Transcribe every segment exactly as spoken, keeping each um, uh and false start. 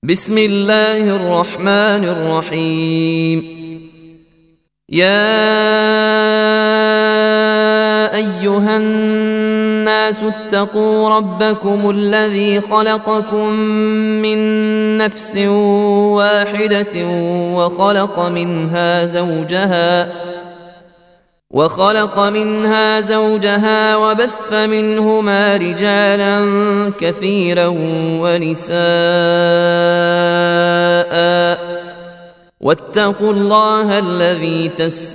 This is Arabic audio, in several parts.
بسم الله الرحمن الرحيم. يا أيها الناس اتقوا ربكم الذي خلقكم من نفس واحدة وخلق منها زوجها وخلق منها زوجها وبث منهما رجالا كثيرا ونساء، واتقوا الله الذي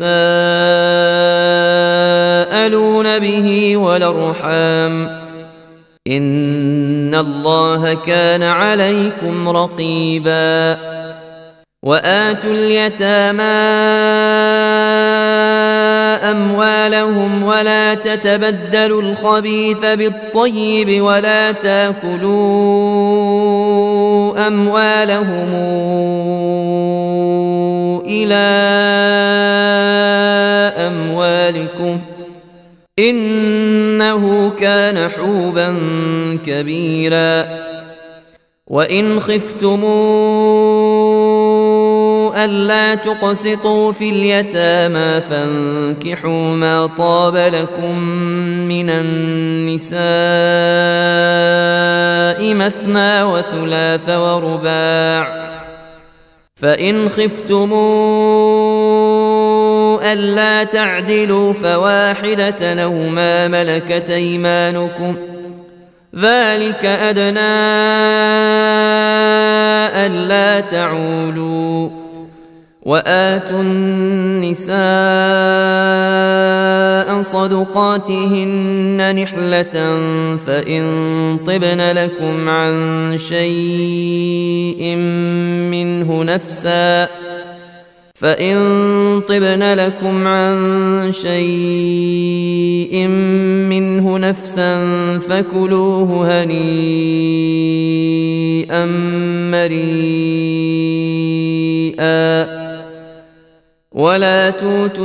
تساءلون به والأرحام، إن الله كان عليكم رقيبا. وآتوا اليتامى أموالهم ولا تتبدلوا الخبيث بالطيب ولا تاكلوا أموالهم إلى أموالكم إنه كان حوبا كبيرا. وإن خفتموا ألا تقسطوا في اليتامى فانكحوا ما طاب لكم من النساء مثنى وثلاث ورباع، فإن خفتموا ألا تعدلوا فواحدة أو ما ملكت أيمانكم، ذلك أدنى ألا تعولوا. وآتوا النساء صدقاتهن نحلة، فإن طبن لكم عن شيء منه نفسا فإن طبن لكم عن شيء منه نفسا فكلوه هنيئا مريئا. ولا توتوا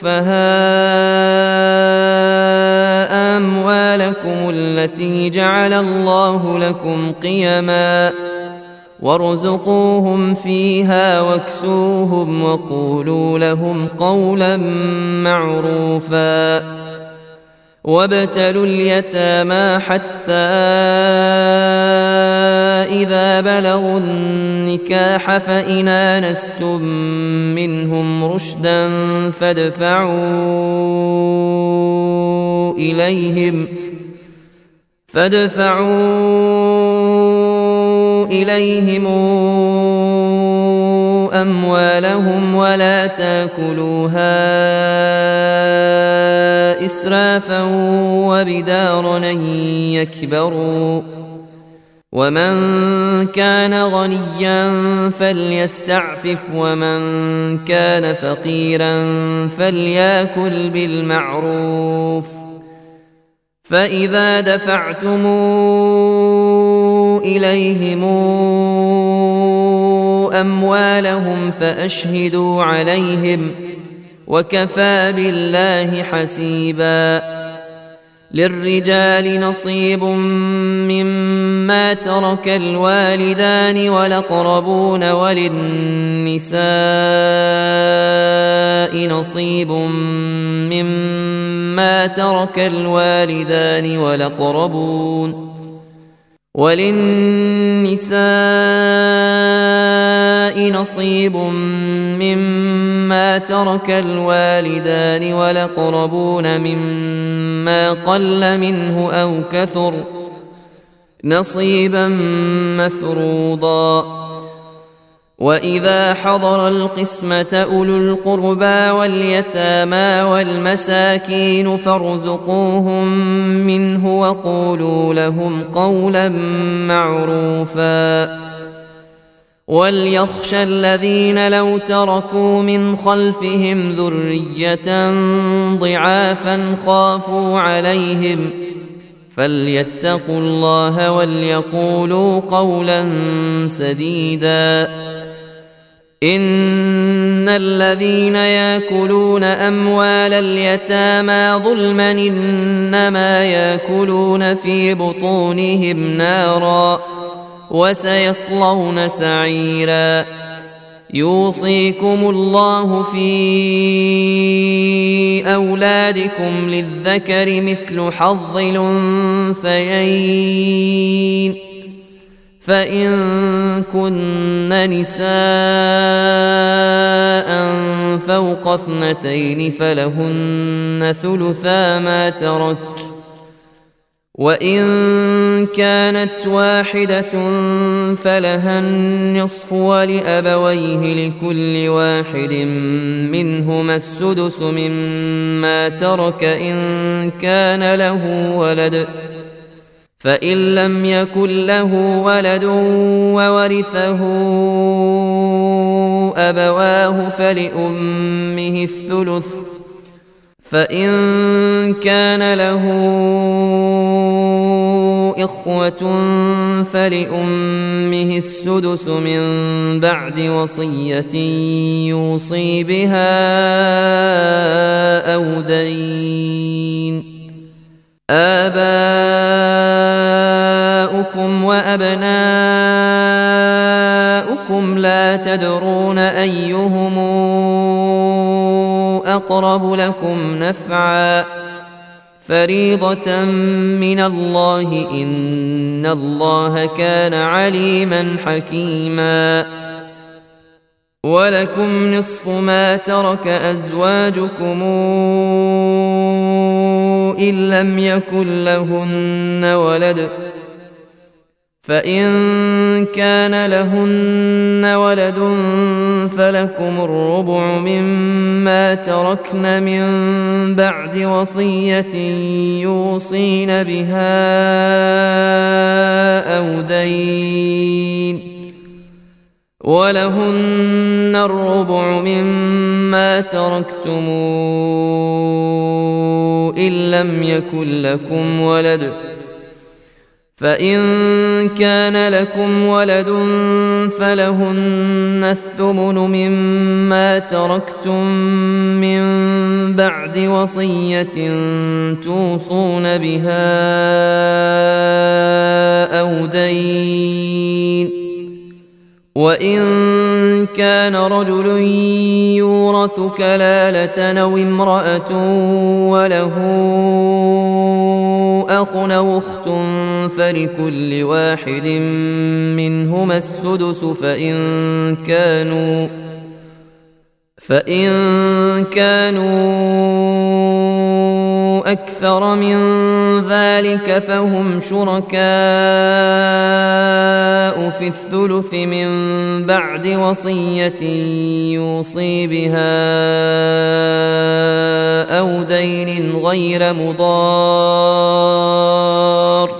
السفهاء أموالكم التي جعل الله لكم قيما، وارزقوهم فيها واكسوهم وقولوا لهم قولا معروفا. وابتلوا اليتامى حتى إذا بلغوا النكاح فإن آنستم منهم رشدا فادفعوا إليهم فادفعوا إليهم أموالهم ولا تاكلوها إسرافا وبدارا أن يكبروا. ومن كان غنيا فليستعفف ومن كان فقيرا فليأكل بالمعروف. فإذا دفعتم إليهم أموالهم فأشهدوا عليهم، وكفى بالله حسيبا. للرجال نصيب مما ترك الوالدان والأقربون، وللنساء نصيب مما ترك الوالدان والأقربون وللنساء نصيب مما ترك الوالدان والأقربون مما قل منه أو كثر نصيبا مفروضا. وإذا حضر القسمة أولو القربى واليتامى والمساكين فارزقوهم منه وقولوا لهم قولا معروفا. وليخشى الذين لو تركوا من خلفهم ذرية ضعافا خافوا عليهم فليتقوا الله وليقولوا قولا سديدا. إن الذين يأكلون أموال اليتامى ظلما إنما يأكلون في بطونهم نارا وسيصلون سعيرا يوصيكم الله في أولادكم للذكر مثل حظ الأنثيين فإن كن نساء فوق اثنتين فلهن ثلثا ما ترك وإن كانت واحدة فلها النصف ولأبويه لكل واحد منهما السدس مما ترك إن كان له ولد فإن لم يكن له ولد وورثه أبواه فلأمه الثلث فإن كان له إخوة فلأمه السدس من بعد وصية يوصي بها أو دين آباؤكم وأبناؤكم لا تدرون أيهم أقرب لكم نفعا فريضة من الله إن الله كان عليما حكيما ولكم نصف ما ترك أزواجكم إن لم يكن لهن ولد فإن كان لهن ولد فلكم الربع مما تركن من بعد وصية يوصين بها أو دين ولهن الربع مما تركتم إن لم يكن لكم ولد فإن كان لكم ولد فلهن الثمن مما تركتم من بعد وصية توصون بها أو دين وإن كان رجل يورث كلالة أو امرأة وله أخ أو أخت فلكل واحد منهما السدس فإن كانوا فإن كانوا أكثر من ذلك فهم شركاء في الثلث من بعد وصية يوصي بها أو دين غير مضار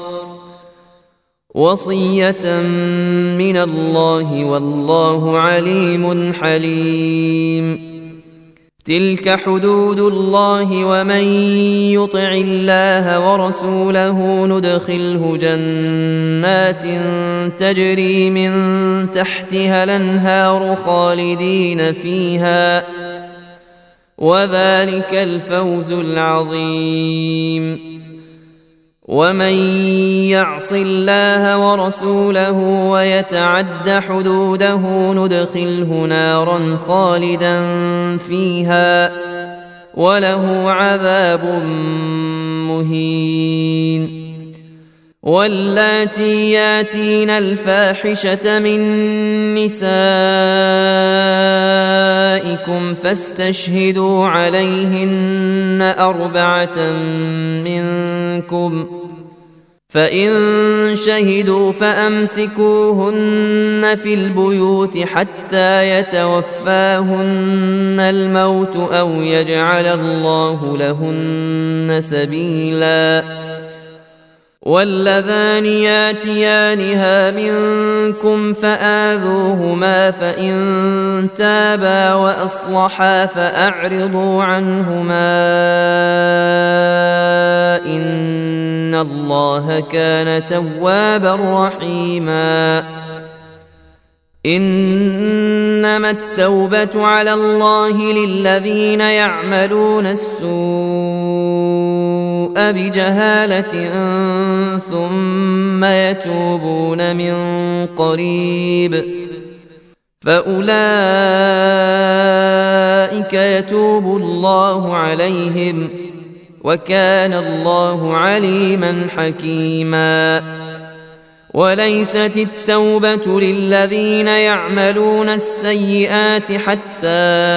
وصية من الله والله عليم حليم تلك حدود الله ومن يطع الله ورسوله ندخله جنات تجري من تحتها الأنهار خالدين فيها وذلك الفوز العظيم ومن يعص الله ورسوله ويتعد حدوده ندخله نارا خالدا فيها وله عذاب مهين واللاتي ياتين الفاحشة من نسائكم فاستشهدوا عليهن أربعة منكم فإن شهدوا فأمسكوهن في البيوت حتى يتوفاهن الموت أو يجعل الله لهن سبيلا واللذان ياتيانها منكم فآذوهما فإن تابا وأصلحا فأعرضوا عنهما إن الله كان توابا رحيما إنما التوبة على الله للذين يعملون السوء بجهالة ثم يتوبون من قريب فأولئك يتوب الله عليهم وكان الله عليما حكيما. وليست التوبة للذين يعملون السيئات حتى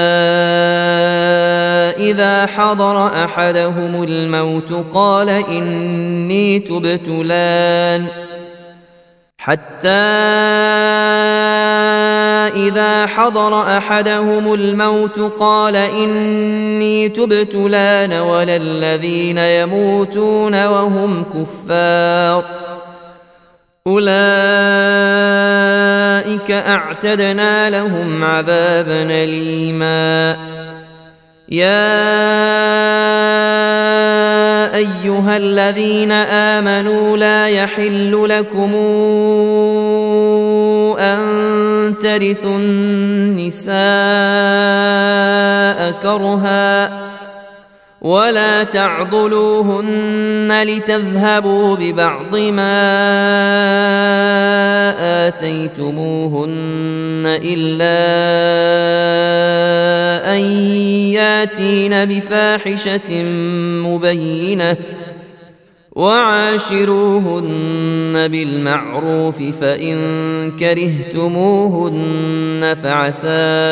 إذا حضر أحدهم الموت قال إني تبت الآن حتى إذا حضر أحدهم الموت قال إني تبت الآن ولا الذين يموتون وهم كفار أولئك أعتدنا لهم عذابا أليما. يا أيها الذين آمنوا لا يحل لكم أن ترثوا النساء كرها ولا تعضلوهن لتذهبوا ببعض ما آتيتموهن إلا أن ياتين بفاحشة مبينة وعاشروهن بالمعروف فإن كرهتموهن فعسى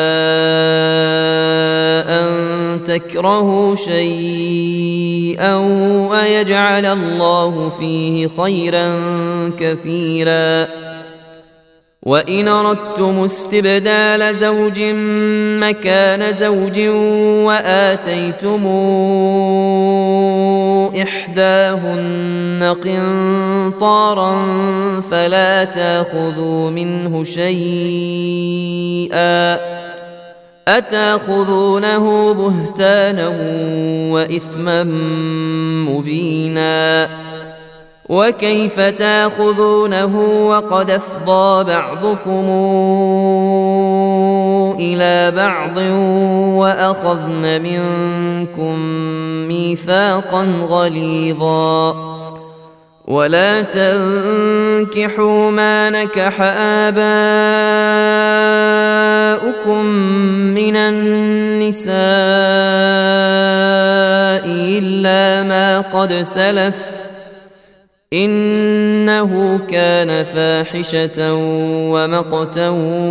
أن تكرهوا شيئا ويجعل الله فيه خيرا كثيرا. وإن أردتم استبدال زوج مكان زوج وآتيتم إحداهن قنطارا فلا تأخذوا منه شيئا أتأخذونه بهتانا وإثما مبينا. وكيف تأخذونه وقد أفضى بعضكم إلى بعض وأخذن منكم ميثاقا غليظا. ولا تنكحوا ما نكح آباؤكم من النساء إلا ما قد سلف إنه كان فاحشة ومقتا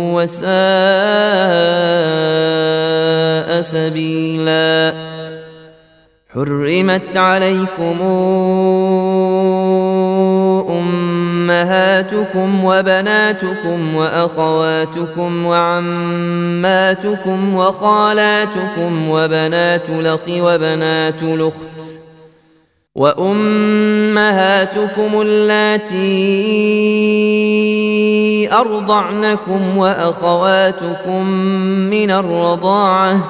وساء سبيلا. حرمت عليكم أمهاتكم وبناتكم وأخواتكم وعماتكم وخالاتكم وبنات الأخ وبنات الأخت وأمهاتكم اللاتي أرضعنكم وأخواتكم من الرضاعة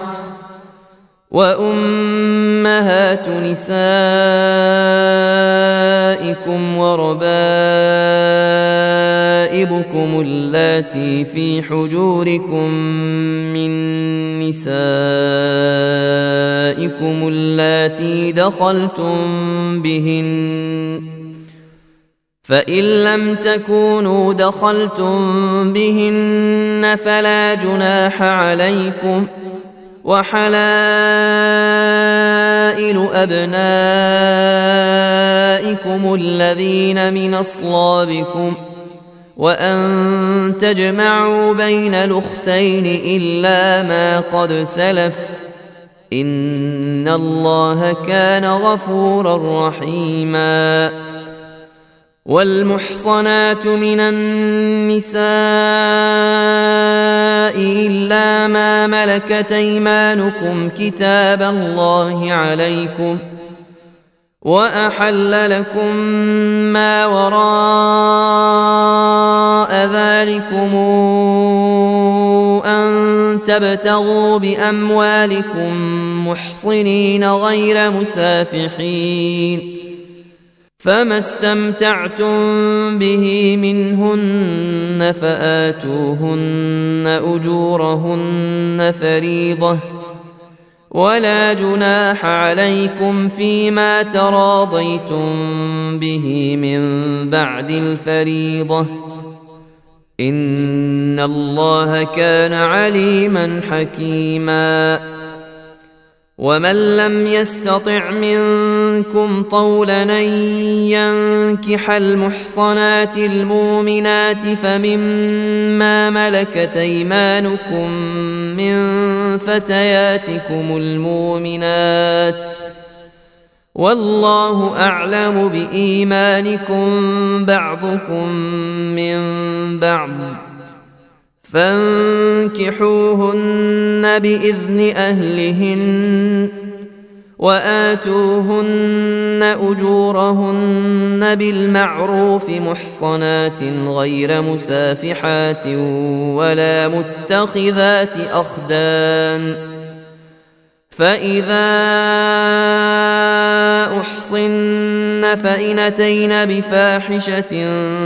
وأمهات نسائكم وربائبكم اللاتي في حجوركم من نسائكم اللاتي دخلتم بهن فإن لم تكونوا دخلتم بهن فلا جناح عليكم وحلائل أبنائكم الذين من أصلابكم وأن تجمعوا بين الأختين إلا ما قد سلف إن الله كان غفورا رحيما. والمحصنات من النساء إلا ما ملكت أيمانكم كتاب الله عليكم وأحل لكم ما وراء ذلكم أن تبتغوا بأموالكم محصنين غير مسافحين فما استمتعتم به منهن فآتوهن أجورهن فريضة ولا جناح عليكم فيما تراضيتم به من بعد الفريضة إن الله كان عليما حكيما ومن لم يستطع منكم طولا أن ينكح المحصنات المؤمنات فمما ملكت أيمانكم من فتياتكم المؤمنات والله أعلم بإيمانكم بعضكم من بعض فانكحوهن بإذن أهلهن وآتوهن أجورهن بالمعروف محصنات غير مسافحات ولا متخذات أخدان فإذا أحصن فإن أتين بفاحشة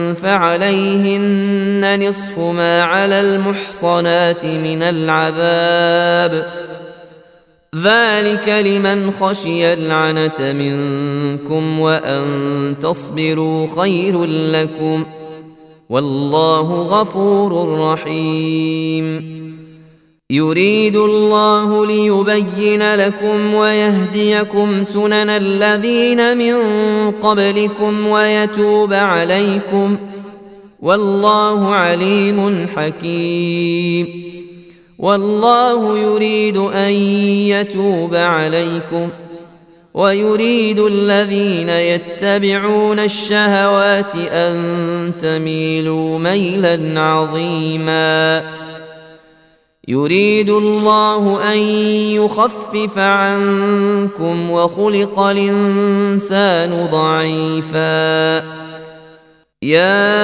فعليهن نصف ما على المحصنات من العذاب ذلك لمن خشي العنة منكم وأن تصبروا خير لكم والله غفور رحيم يريد الله ليبين لكم ويهديكم سنن الذين من قبلكم ويتوب عليكم والله عليم حكيم والله يريد أن يتوب عليكم ويريد الذين يتبعون الشهوات أن تميلوا ميلا عظيما يريد الله أن يخفف عنكم وخلق الإنسان ضعيفا يا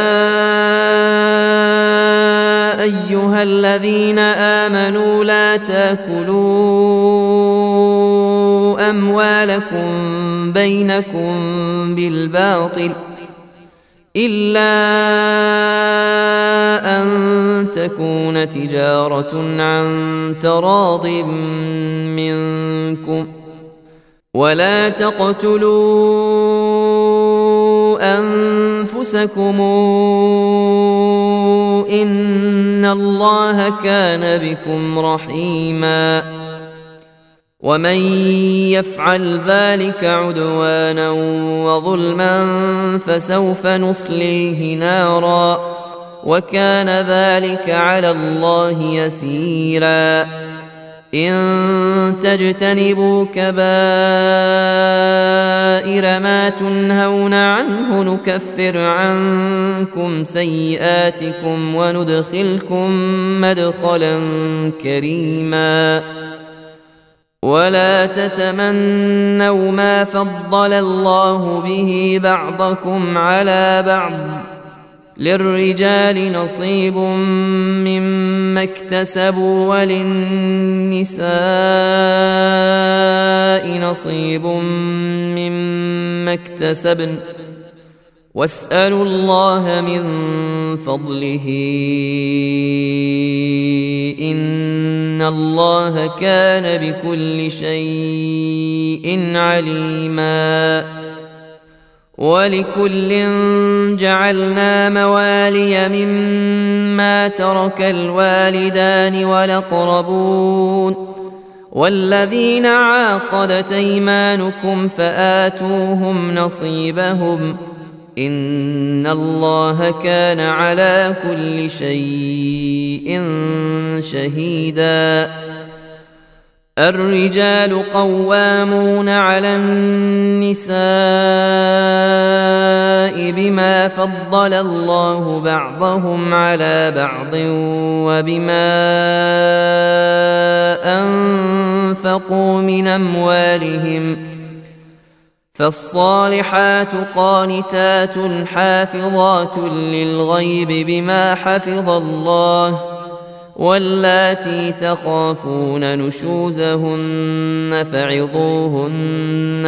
أيها الذين آمنوا لا تأكلوا أموالكم بينكم بالباطل إلا أن تكون تجارة عن تراض منكم ولا تقتلوا أنفسكم إن الله كان بكم رحيما ومن يفعل ذلك عدوانا وظلما فسوف نصليه نارا وكان ذلك على الله يسيرا إن تجتنبوا كبائر ما تنهون عنه نكفر عنكم سيئاتكم وندخلكم مدخلا كريما ولا تتمنوا ما فضل الله به بعضكم على بعض للرجال نصيب مما اكتسبوا وللنساء نصيب مما اكتسبن واسألوا الله من فضله إن الله كان بكل شيء عليما ولكل جعلنا موالي مما ترك الوالدان والأقربون والذين عاقدت أيمانكم فآتوهم نصيبهم إن الله كان على كل شيء شهيدا الرجال قوامون على النساء بما فضل الله بعضهم على بعض وبما أنفقوا من أموالهم فالصالحات قانتات حافظات للغيب بما حفظ الله واللاتي تخافون نشوزهن فعظوهن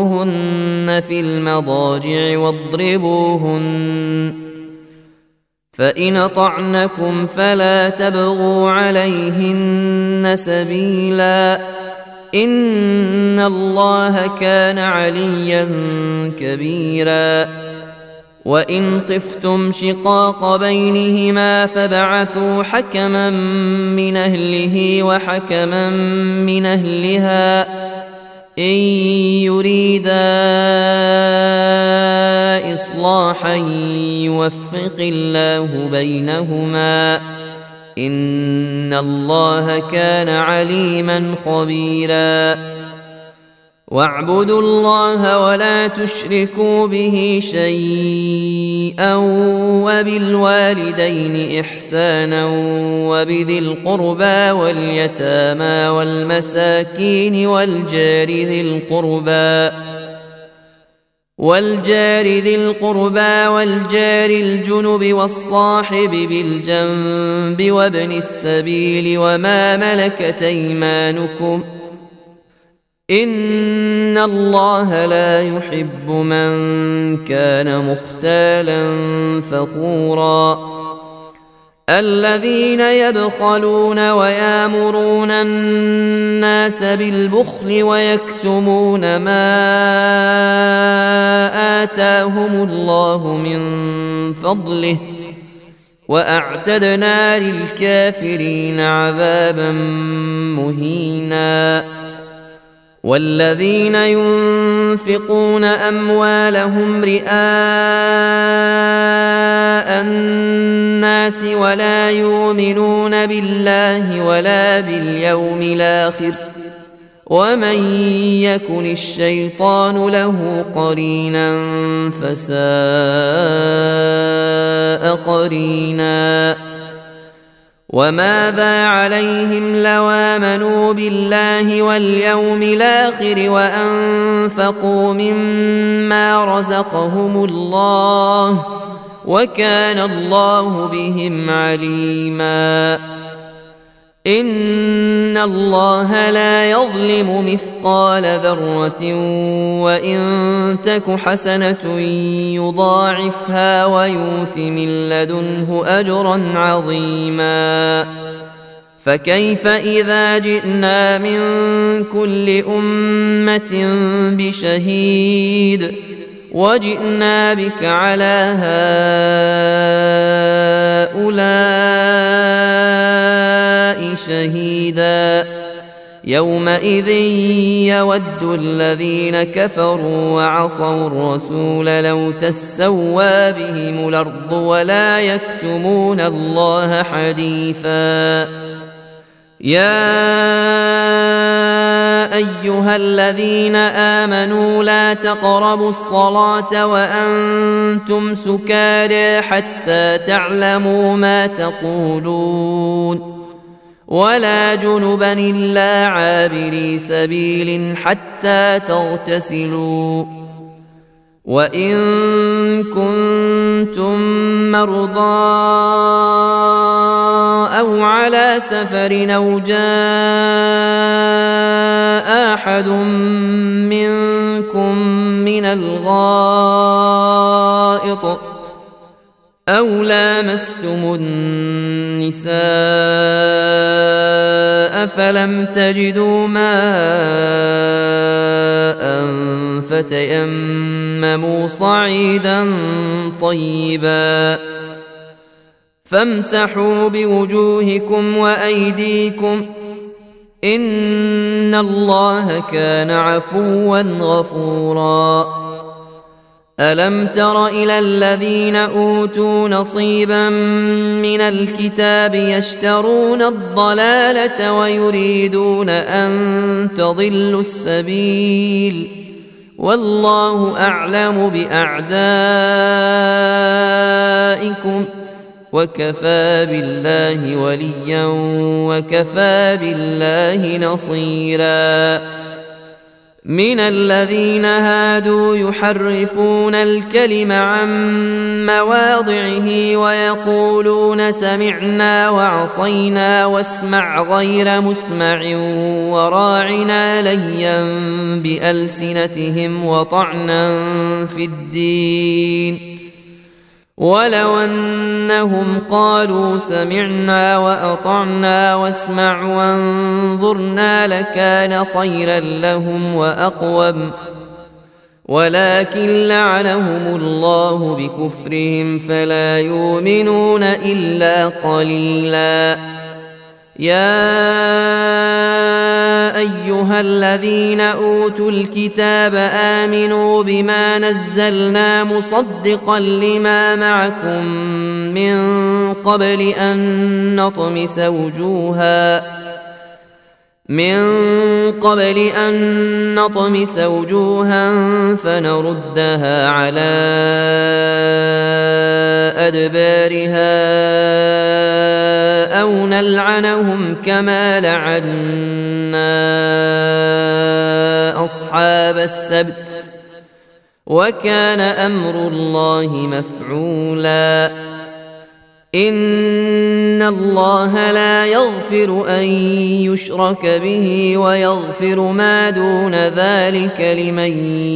واهجروهن في المضاجع واضربوهن فإن أطعنكم فلا تبغوا عليهن سبيلا إن الله كان عليا كبيرا وإن خفتم شقاق بينهما فابعثوا حكما من أهله وحكما من أهلها إن يريدا إصلاحا يوفق الله بينهما إن الله كان عليما خبيرا واعبدوا الله ولا تشركوا به شيئا وبالوالدين إحسانا وبذي القربى واليتامى والمساكين والجار ذي القربى والجار ذي القربى والجار الجنب والصاحب بالجنب وابن السبيل وما ملكت أيمانكم إن الله لا يحب من كان مختالا فخورا الذين يبخلون ويامرون الناس بالبخل ويكتمون ما آتاهم الله من فضله وأعتدنا للكافرين عذابا مهينا والذين ينفقون أموالهم رئاء الناس ولا يؤمنون بالله ولا باليوم الآخر ومن يكن الشيطان له قرينا فساء قرينا وماذا عليهم لو آمنوا بالله واليوم الآخر وأنفقوا مما رزقهم الله وكان الله بهم عليما إن الله لا يظلم مثقال ذرة وإن تك حسنة يضاعفها ويؤت من لدنه أجرا عظيما فكيف إذا جئنا من كل أمة بشهيد وجئنا بك على هؤلاء شهيدا يومئذ يود الذين كفروا وعصوا الرسول لو تسوى بهم الأرض ولا يكتمون الله حديثا يا أيها الذين آمنوا لا تقربوا الصلاة وأنتم سكارى حتى تعلموا ما تقولون ولا جنبا إلا عابري سبيل حتى تغتسلوا وإن كنتم مرضى أو على سفر أو جاء أحد منكم من الغائط أو لامستم النساء فلم تجدوا ماء فتيمموا صعيدا طيبا فامسحوا بوجوهكم وأيديكم إن الله كان عفوا غفورا ألم تر إلى الذين أوتوا نصيبا من الكتاب يشترون الضلالة ويريدون أن تضلوا السبيل والله أعلم بأعدائكم وكفى بالله وليا وكفى بالله نصيرا من الذين هادوا يحرفون الكلم عن مواضعه ويقولون سمعنا وعصينا واسمع غير مسمع وراعنا ليا بألسنتهم وطعنا في الدين ولو أنهم قالوا سمعنا وأطعنا واسمع وانظرنا لكان خيرا لهم وأقوم، ولكن لعنهم الله بكفرهم فلا يؤمنون إلا قليلا. يا أيها الذين أوتوا الكتاب آمنوا بما نزلنا مصدقا لما معكم من قبل أن نطمس وجوها من قبل أن نطمس وجوها فنردها على أدبارها أو نلعنهم كما لعنا أصحاب السبت وكان أمر الله مفعولا. إن الله لا يغفر أن يشرك به ويغفر ما دون ذلك لمن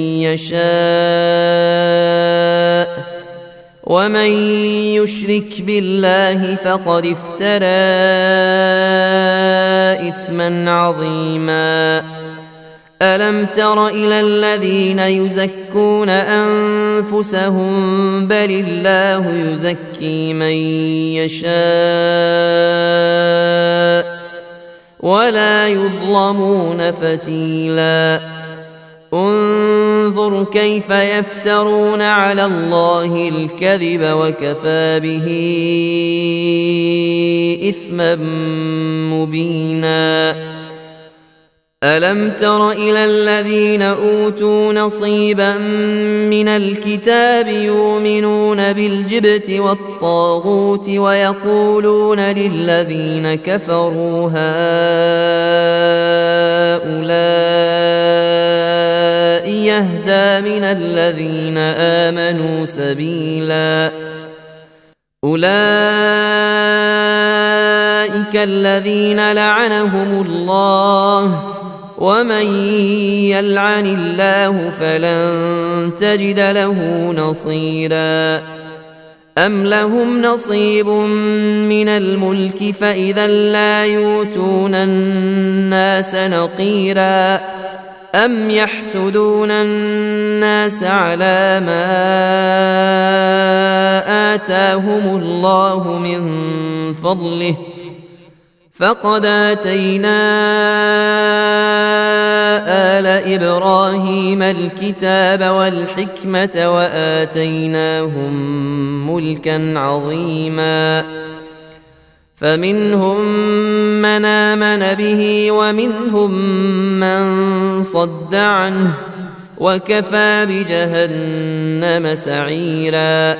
يشاء، ومن يشرك بالله فقد افترى إثما عظيما. ألم تر إلى الذين يزكون أنفسهم بل الله يزكي من يشاء ولا يظلمون فتيلا. انظر كيف يفترون على الله الكذب وكفى به إثما مبينا. ألم تر إلى الذين أوتوا نصيبا من الكتاب يؤمنون بالجبت والطاغوت ويقولون للذين كفروا هؤلاء يهدى من الذين آمنوا سبيلا. أولئك الذين لعنهم الله ومن يلعن الله فلن تجد له نصيرا. أم لهم نصيب من الملك فإذا لا يؤتون الناس نقيرا. أم يحسدون الناس على ما آتاهم الله من فضله فقد آتينا آل إبراهيم الكتاب والحكمة وآتيناهم ملكا عظيما. فمنهم من آمن به ومنهم من صد عنه وكفى بجهنم سعيرا.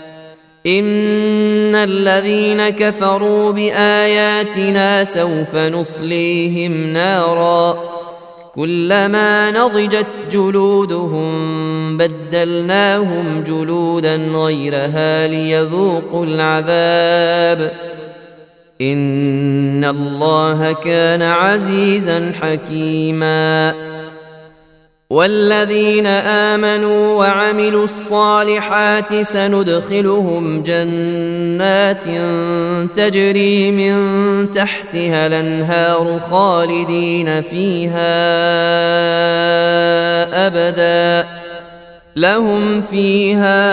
إن الذين كفروا بآياتنا سوف نصليهم نارا كلما نضجت جلودهم بدلناهم جلودا غيرها ليذوقوا العذاب إن الله كان عزيزا حكيما. والذين آمنوا وعملوا الصالحات سندخلهم جنات تجري من تحتها الأنهار خالدين فيها أبدا لهم فيها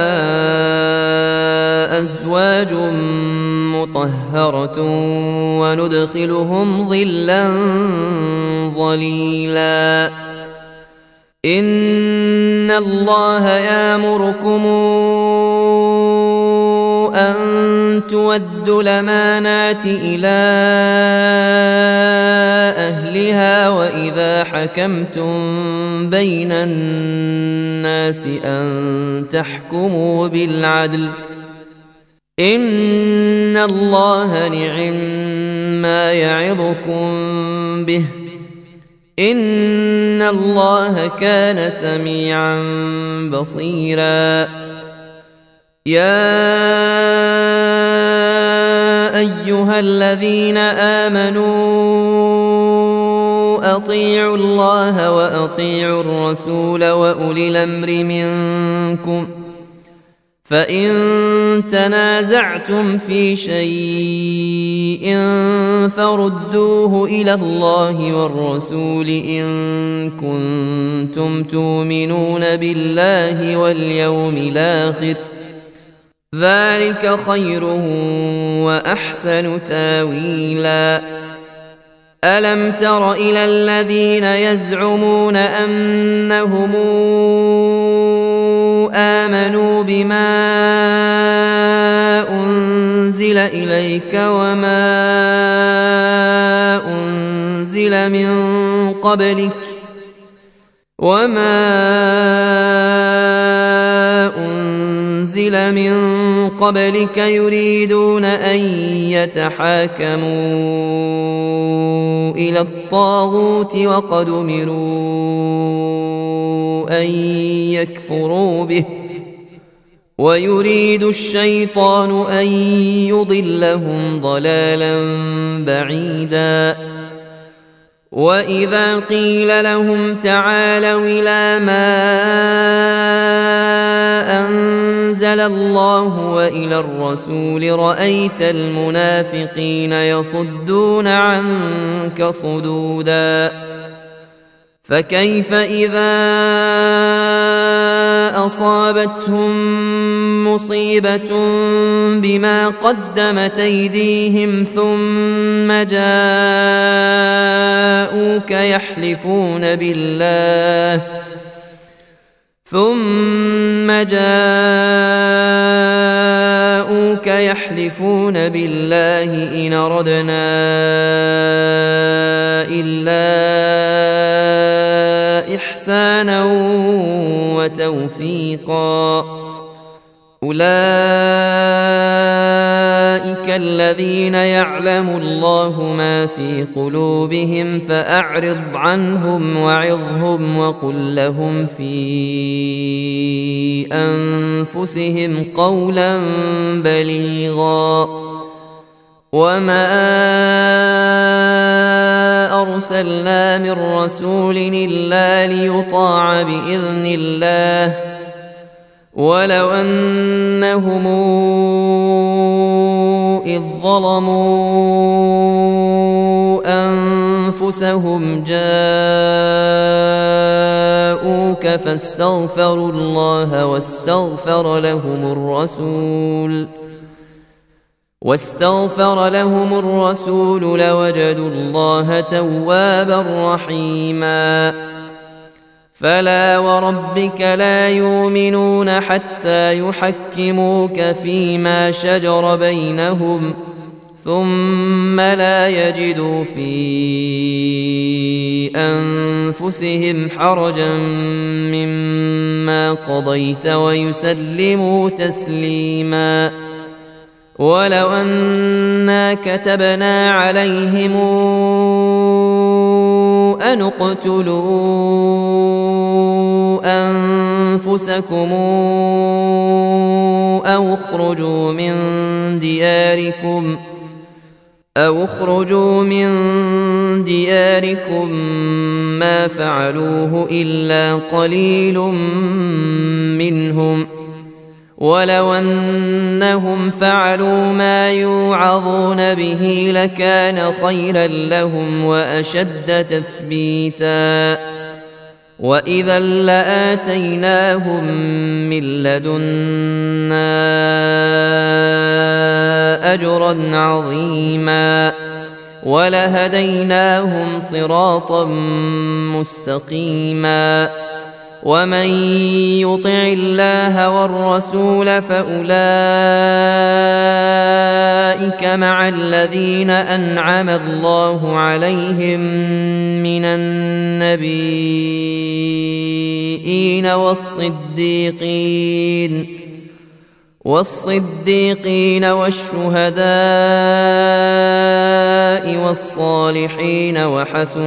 أزواج مطهرة وندخلهم ظلا ظليلا. إن الله يأمركم أن تودوا الأمانات إلى أهلها وإذا حكمتم بين الناس أن تحكموا بالعدل إن الله نعم ما يعظكم به إن الله كان سميعا بصيرا. يا أيها الذين آمنوا أطيعوا الله وأطيعوا الرسول وأولي الأمر منكم فإن تنازعتم في شيء فردوه إلى الله والرسول إن كنتم تؤمنون بالله واليوم الآخر ذلك خير وأحسن تاويلا. ألم تر إلى الذين يزعمون أنهم آمنوا بما أنزل إليك وما أنزل من قبلك وما أنزل من قبلك يريدون أن يتحاكموا إلى الطاغوت وقد أمروا أن يكفروا به ويريد الشيطان أن يضلهم ضلالا بعيدا. وإذا قيل لهم تعالوا إلى ما أنزل الله وإلى الرسول رأيت المنافقين يصدون عنك صدودا. فكيف إذا أصابتهم مصيبة بما قدمت أيديهم ثم جاءوك يحلفون بالله ثم جاءوك يحلفون بالله إن أردنا إلا إحسانا وتوفيقا. أولئك الذين يعلم الله ما في قلوبهم فأعرض عنهم وعظهم وقل لهم في أنفسهم قولا بليغا. وما أرسلنا من رسول إلا ليطاع بإذن الله ولو أنهم إذ ظلموا أنفسهم جاءوك فاستغفروا الله واستغفر لهم الرسول واستغفر لهم الرسول لوجدوا الله توابا رحيما. فلا وربك لا يؤمنون حتى يحكموك فيما شجر بينهم ثم لا يجدوا في أنفسهم حرجا مما قضيت ويسلموا تسليما. ولو أنا كتبنا عليهم أن اقتلوا أنفسكم أو اخرجوا من دياركم أو اخرجوا من دياركم ما فعلوه إلا قليل منهم ولو أنهم فعلوا ما يوعظون به لكان خيرا لهم وأشد تثبيتا. وإذا لآتيناهم من لدنا أجرا عظيما ولهديناهم صراطا مستقيما. ومن يطع الله والرسول فأولئك مع الذين أنعم الله عليهم من النبيين والصديقين والصديقين والشهداء والصالحين وحسن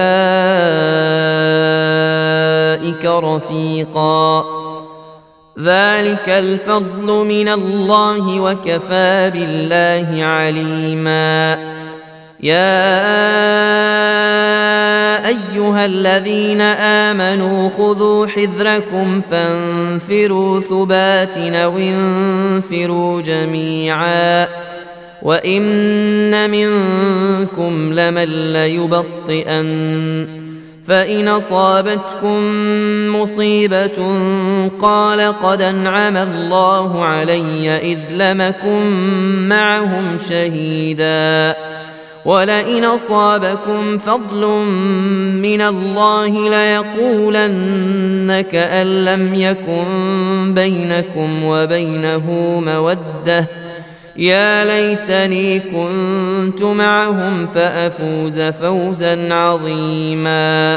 أولئك رفيقا. ذلك الفضل من الله وكفى بالله عليما. يا أيها الذين آمنوا خذوا حذركم فانفروا ثبات أو انفروا جميعا وإن منكم لمن ليبطئن فإن أصابتكم مصيبة قال قد أنعم الله علي إذ لم أكن معهم شهيدا ولئن أصابكم فضل من الله ليقولن كأن لم يكن بينكم وبينه مودة يا ليتني كنت معهم فأفوز فوزا عظيما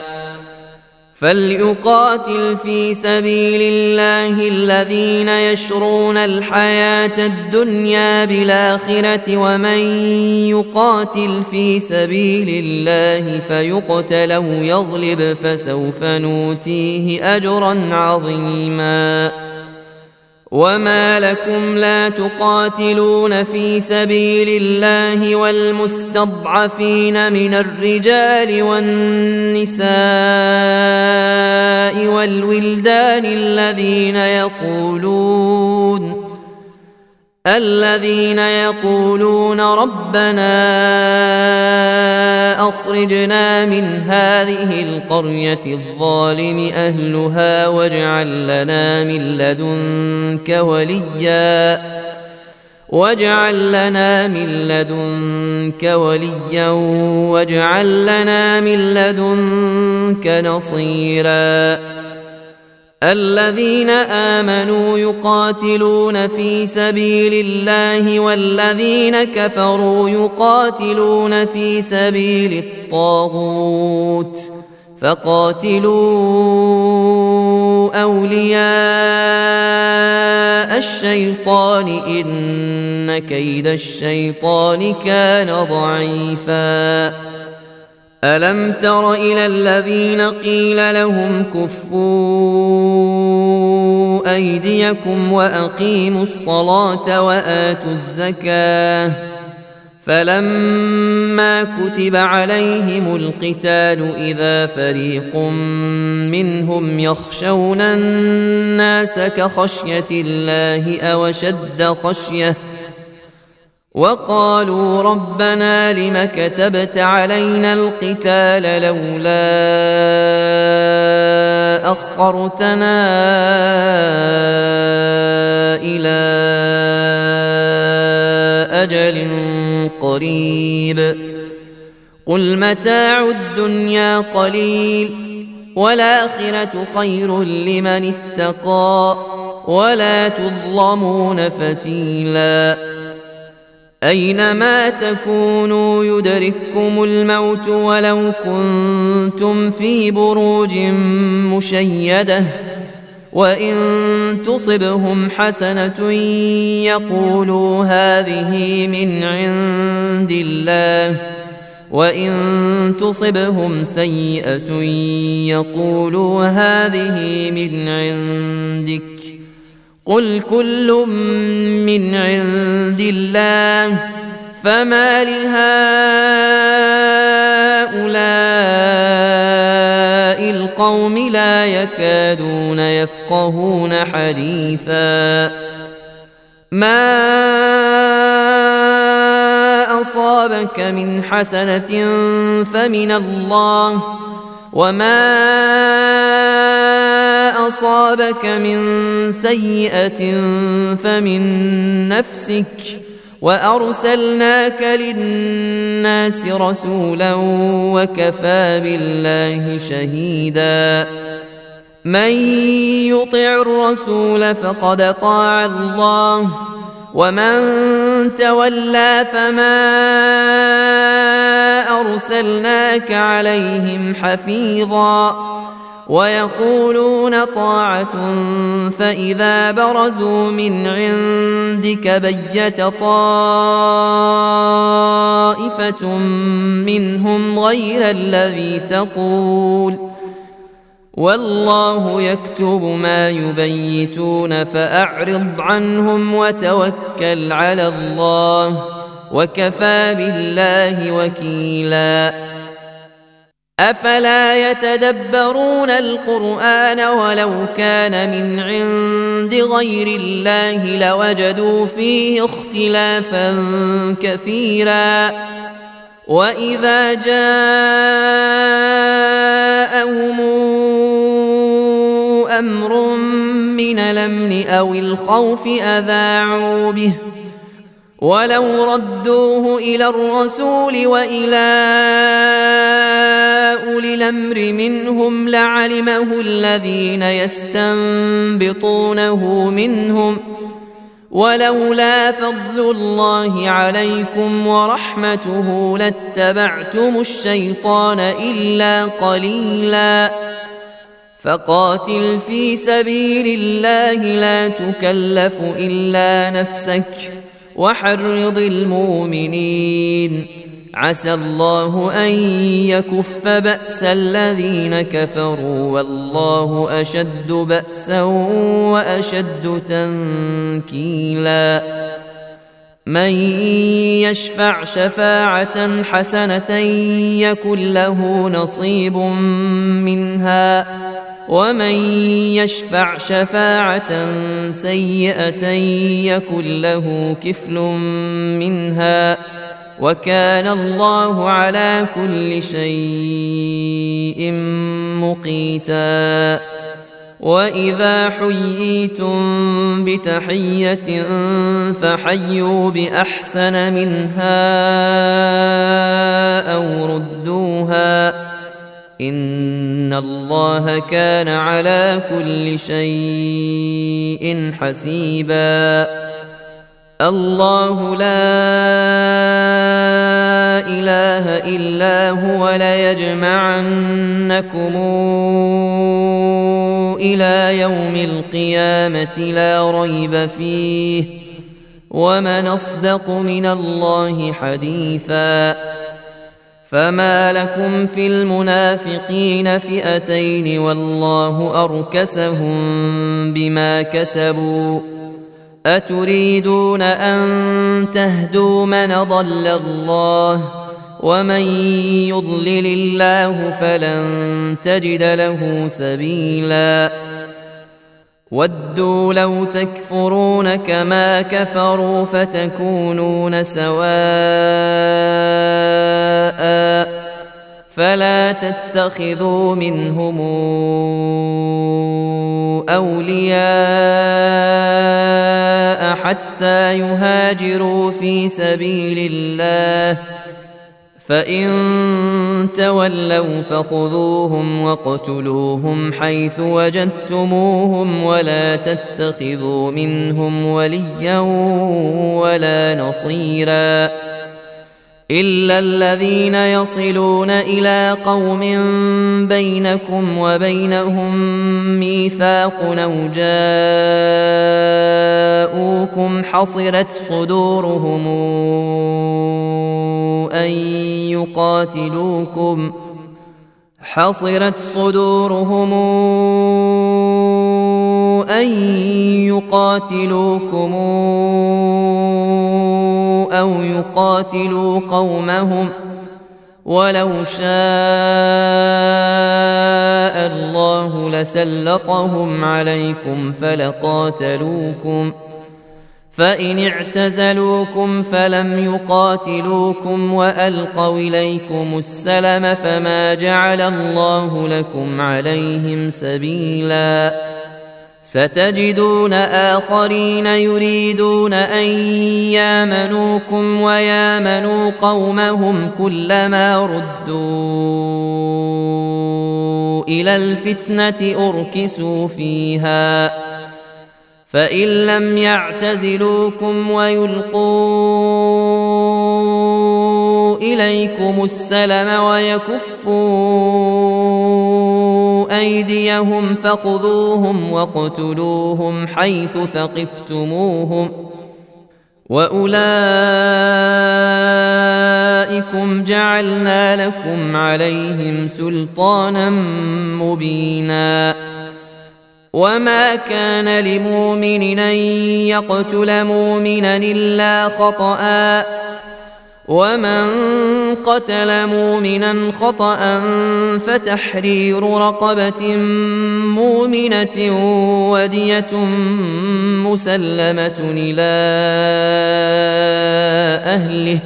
فليقاتل في سبيل الله الذين يشرون الحياة الدنيا بالآخرة ومن يقاتل في سبيل الله فيقتل أو يغلب فسوف نؤتيه أجرا عظيما وما لكم لا تقاتلون في سبيل الله والمستضعفين من الرجال والنساء والولدان الذين يقولون الذين يقولون ربنا أخرجنا من هذه القرية الظالم أهلها واجعل لنا من لدنك وليا واجعل لنا من لدنك وليا واجعل لنا من لدنك نصيرا الذين آمنوا يقاتلون في سبيل الله والذين كفروا يقاتلون في سبيل الطاغوت فقاتلوا أولياء الشيطان إن كيد الشيطان كان ضعيفا ألم تر إلى الذين قيل لهم كفوا أيديكم وأقيموا الصلاة وآتوا الزكاة فلما كتب عليهم القتال إذا فريق منهم يخشون الناس كخشية الله أو أشد خشية وقالوا ربنا لم كتبت علينا القتال لولا أخرتنا إلى أجل قريب قل متاع الدنيا قليل والآخرة خير لمن اتقى ولا تظلمون فتيلا أينما تكونوا يدرككم الموت ولو كنتم في بروج مشيدة وإن تصبهم حسنة يقولوا هذه من عند الله وإن تصبهم سيئة يقولوا هذه من عندك قل كل من عند الله فما لهؤلاء القوم لا يكادون يفقهون حديثا ما أصابك من حسنة فمن الله وما أصابك من سيئة فمن نفسك وأرسلناك للناس رسولا وكفى بالله شهيدا من يطع الرسول فقد طاع الله ومن تولى فما أرسلناك عليهم حفيظا ويقولون طاعة فإذا برزوا من عندك بيت طائفة منهم غير الذي تقول والله يكتب ما يبيتون فأعرض عنهم وتوكل على الله وكفى بالله وكيلا أفلا يتدبرون القرآن ولو كان من عند غير الله لوجدوا فيه اختلافا كثيرا وإذا جاءهم أمر من الأمن أو الخوف أذاعوا به ولو ردوه إلى الرسول وإلى أولي الأمر منهم لعلمه الذين يستنبطونه منهم ولولا فضل الله عليكم ورحمته لاتبعتم الشيطان إلا قليلا فقاتل في سبيل الله لا تكلف إلا نفسك وحرض المؤمنين عسى الله أن يكف بأس الذين كفروا والله أشد بأسا وأشد تنكيلا من يشفع شفاعة حسنة يكن له نصيب منها ومن يشفع شفاعة سيئة يكن له كفل منها وكان الله على كل شيء مقيتا وإذا حييتم بتحية فحيوا بأحسن منها أو ردوها إن الله كان على كل شيء حسيبا الله لا إله إلا هو ليجمعنكم إلى يوم القيامة لا ريب فيه ومن أصدق من الله حديثا فما لكم في المنافقين فئتين والله أركسهم بما كسبوا أتريدون أن تهدوا من ضل الله ومن يضلل الله فلن تجد له سبيلا ودوا لو تكفرون كما كفروا فتكونون سواء فلا تتخذوا منهم أولياء حتى يهاجروا في سبيل الله فإن تولوا فخذوهم واقتلوهم حيث وجدتموهم ولا تتخذوا منهم وليا ولا نصيرا إلا الذين يصلون إلى قوم بينكم وبينهم ميثاق أو جاءوكم حصرت صدورهم أن يقاتلوكم حصرت صدورهم أن يقاتلوكم أو يقاتلوا قومهم ولو شاء الله لسلطهم عليكم فلقاتلوكم فإن اعتزلوكم فلم يقاتلوكم وألقوا إليكم السلم فما جعل الله لكم عليهم سبيلا ستجدون آخرين يريدون أن يامنوكم ويامنوا قومهم كلما ردوا إلى الفتنة أركسوا فيها فإن لم يعتزلوكم ويلقوا إليكم السلم ويكفوا أيديهم فخذوهم واقتلوهم حيث ثقفتموهم وأولئكم جعلنا لكم عليهم سلطانا مبينا وما كان لمؤمن أن يقتل مؤمنا إلا خطأ ومن قتل مؤمنا خطأ فتحرير رقبة مؤمنة ودية مسلمة إلى أهله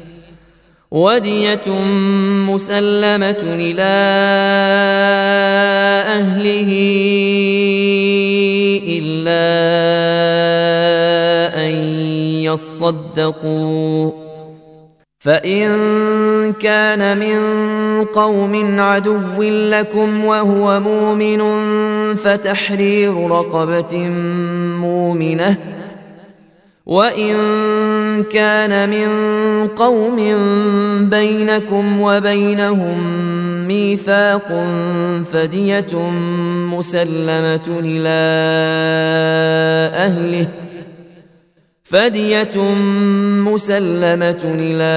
ودية مسلمة إلى أهله إلا أن يصدقوا فإن كان من قوم عدو لكم وهو مؤمن فتحرير رقبة مؤمنة وإن كان من قوم بينكم وبينهم ميثاق فدية مسلمة إلى أهله فدية مسلمة إلى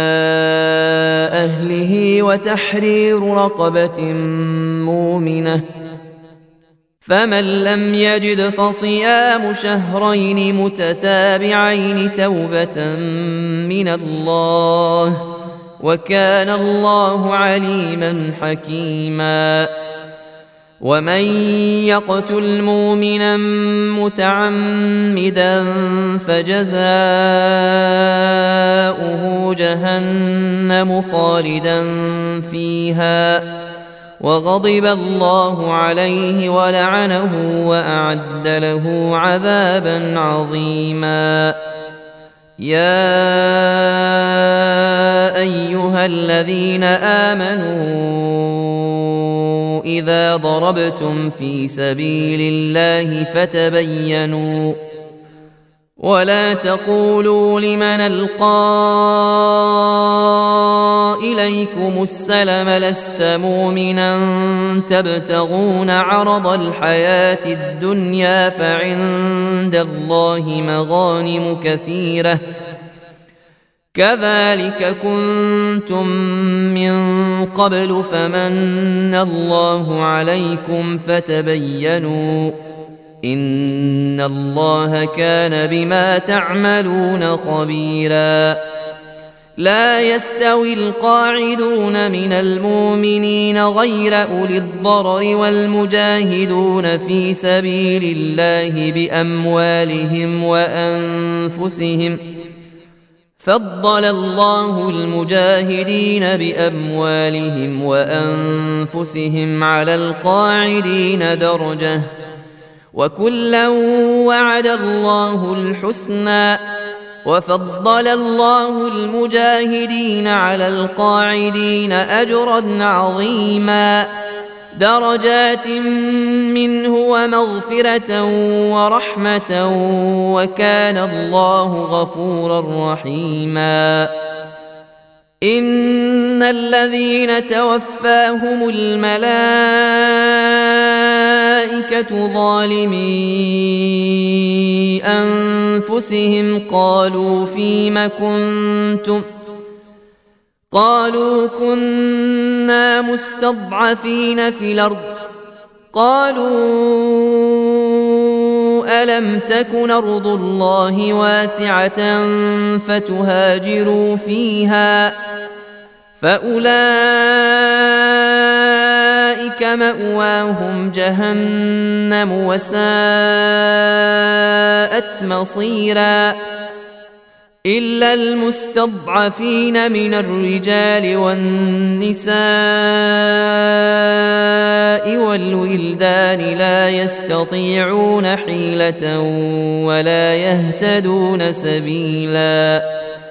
أهله وتحرير رقبة مؤمنة فمن لم يجد فصيام شهرين متتابعين توبة من الله وكان الله عليما حكيما ومن يقتل مؤمنا متعمدا فجزاؤه جهنم خالدا فيها وغضب الله عليه ولعنه وأعد له عذابا عظيما يا أيها الذين آمنوا إذا ضربتم في سبيل الله فتبينوا ولا تقولوا لمن ألقى إليكم السلم لست مؤمنا تبتغون عرض الحياة الدنيا فعند الله مغانم كثيرة كذلك كنتم من قبل فمن الله عليكم فتبينوا إن الله كان بما تعملون خبيرا لا يستوي القاعدون من المؤمنين غير أولي الضرر والمجاهدون في سبيل الله بأموالهم وأنفسهم فضل الله المجاهدين بأموالهم وأنفسهم على القاعدين درجة وكلا وعد الله الحسنى وفضل الله المجاهدين على القاعدين أجرا عظيما درجات منه ومغفرة ورحمة وكان الله غفورا رحيما إن الذين توفاهم الملائكة ظالمي أنفسهم قالوا فيم كنتم قالوا كنا مستضعفين في الأرض قالوا ألم تكن أرض الله واسعة فتهاجروا فيها فأولئك مأواهم جهنم وساءت مصيرا إلا المستضعفين من الرجال والنساء والولدان لا يستطيعون حيلة ولا يهتدون سبيلا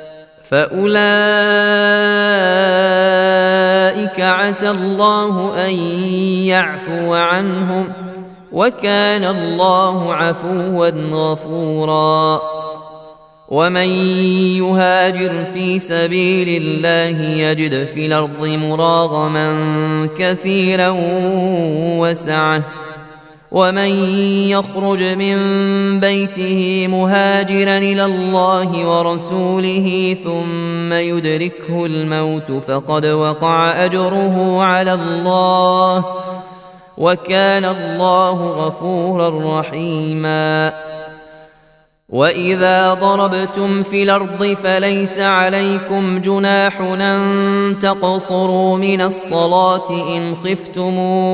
فأولئك عسى الله أن يعفو عنهم وكان الله عفوا غفورا ومن يهاجر في سبيل الله يجد في الأرض مراغما كثيرا وسعة ومن يخرج من بيته مهاجرا إلى الله ورسوله ثم يدركه الموت فقد وقع أجره على الله وكان الله غفورا رحيما وإذا ضربتم في الأرض فليس عليكم جناح أن تقصروا من الصلاة إن خفتم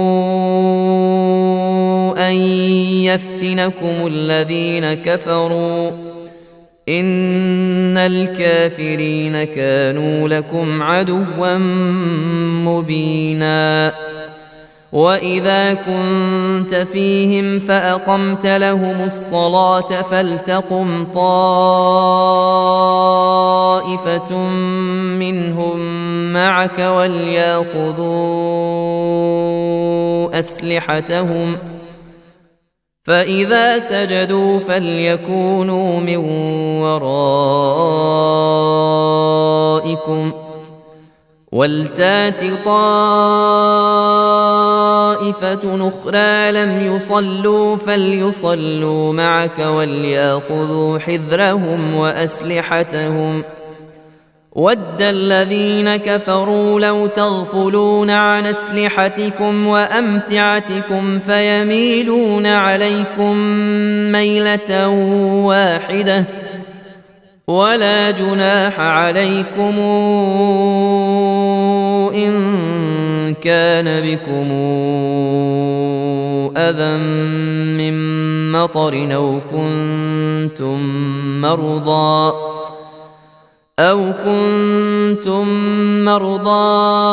أن يفتنكم الذين كفروا إن الكافرين كانوا لكم عدوا مبينا. وإذا كنت فيهم فأقمت لهم الصلاة فلتقم طائفة منهم معك وليأخذوا أسلحتهم فإذا سجدوا فليكونوا من ورائكم ولتات طائفة أخرى لم يصلوا فليصلوا معك وليأخذوا حذرهم وأسلحتهم ود الذين كفروا لو تغفلون عن أسلحتكم وأمتعتكم فيميلون عليكم ميلة واحدة ولا جناح عليكم إن كان بكم أذى من مطر أو كنتم مرضى أو كنتم مرضى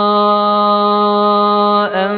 أن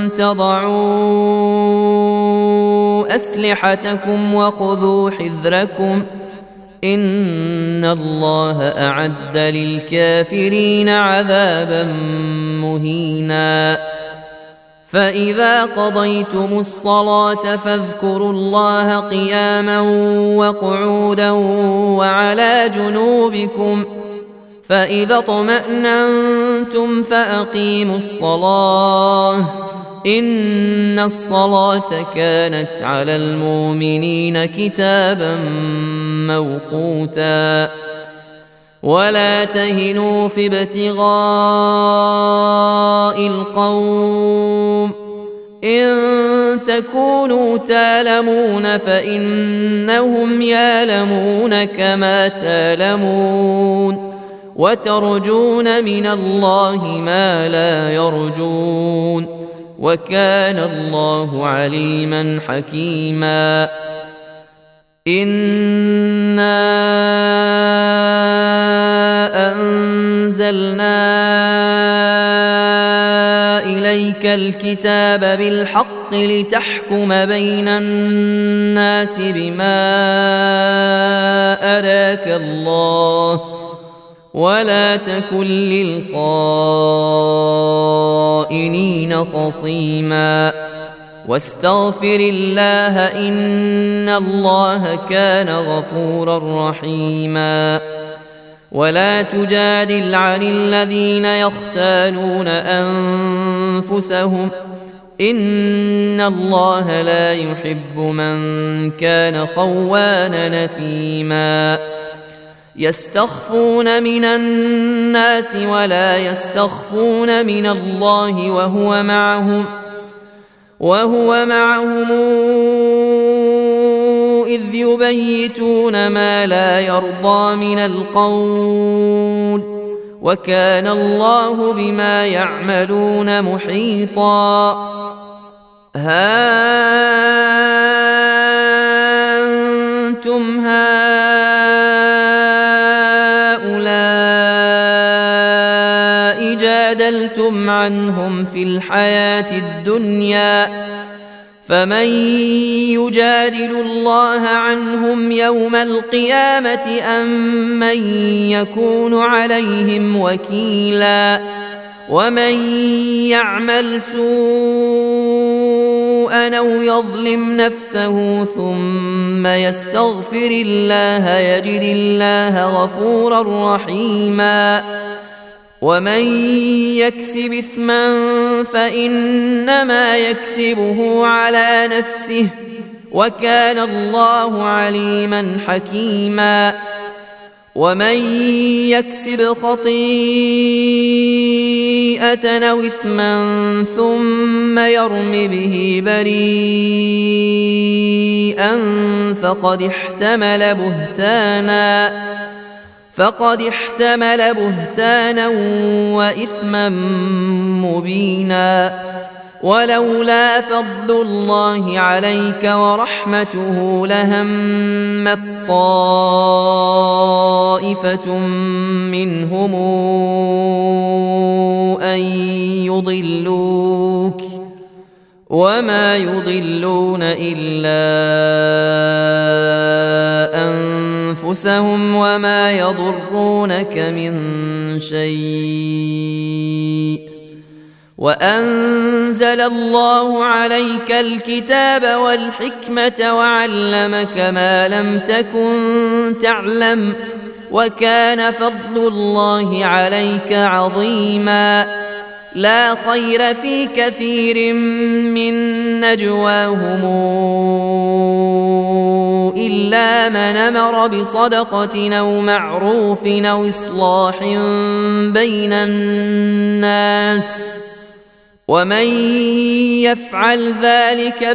تضعوا أسلحتكم وخذوا حذركم إن الله أعد للكافرين عذابا مهينا. فإذا قضيتم الصلاة فاذكروا الله قياما وقعودا وعلى جنوبكم فإذا اطمأننتم فأقيموا الصلاة إن الصلاة كانت على المؤمنين كتابا موقوتا. ولا تهنوا في ابتغاء القوم إن تكونوا تألمون فإنهم يألمون كما تألمون وترجون من الله ما لا يرجون وكان الله عليما حكيما. إنا أنزلنا إليك الكتاب بالحق لتحكم بين الناس بما أراك الله ولا تكن للخائنين خصيما واستغفر الله إن الله كان غفورا رحيما. ولا تجادل عن الذين يختانون أنفسهم إن الله لا يحب من كان خوانا نثيما. يستخفون من الناس ولا يستخفون من الله وهو معهم وهو معهم إذ يبيتون ما لا يرضى من القول وكان الله بما يعملون محيطا. ها أنتم هؤلاء جادلتم عنهم في الحياة الدنيا فمن يجادل الله عنهم يوم القيامة أم من يكون عليهم وكيلا. ومن يعمل سوءا أو يظلم نفسه ثم يستغفر الله يجد الله غفورا رحيما. ومن يكسب إثما فإنما يكسبه على نفسه وكان الله عليما حكيما. ومن يكسب خطيئة أو إثما ثم يرم به بريئا فقد احتمل بهتانا فقد احتمل بهتانا وإثما مبينا. ولولا فضل الله عليك ورحمته لهمت طائفة منهم أن يضلوك وما يضلون إلا أنفسهم وما يضرونك من شيء. وأنزل الله عليك الكتاب والحكمة وعلمك ما لم تكن تعلم وكان فضل الله عليك عظيما. لا خير في كثير من نجواهم إلا من أمر بصدقة أو معروف أو إصلاح بين الناس ومن يفعل ذلك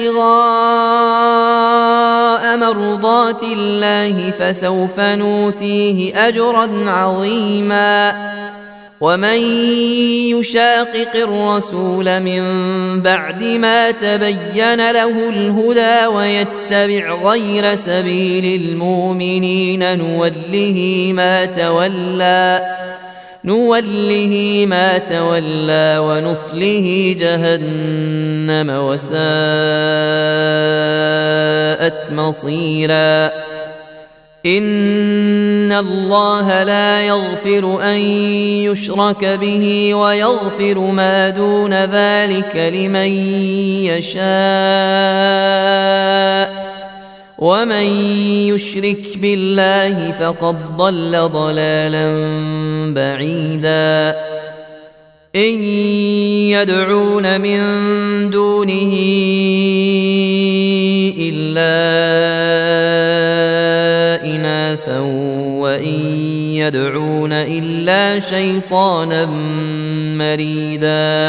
ابتغاء مرضات الله فسوف نوتيه أجرا عظيما. ومن يشاقق الرسول من بعد ما تبين له الهدى ويتبع غير سبيل المؤمنين نوله ما تولى نوله ما تولى ونصله جهنم وساءت مصيرا. إن الله لا يغفر أن يشرك به ويغفر ما دون ذلك لمن يشاء ومن يشرك بالله فقد ضل ضلالا بعيدا. إن يدعون من دونه إلا إناثا وإن يدعون إلا شيطانا مريدا.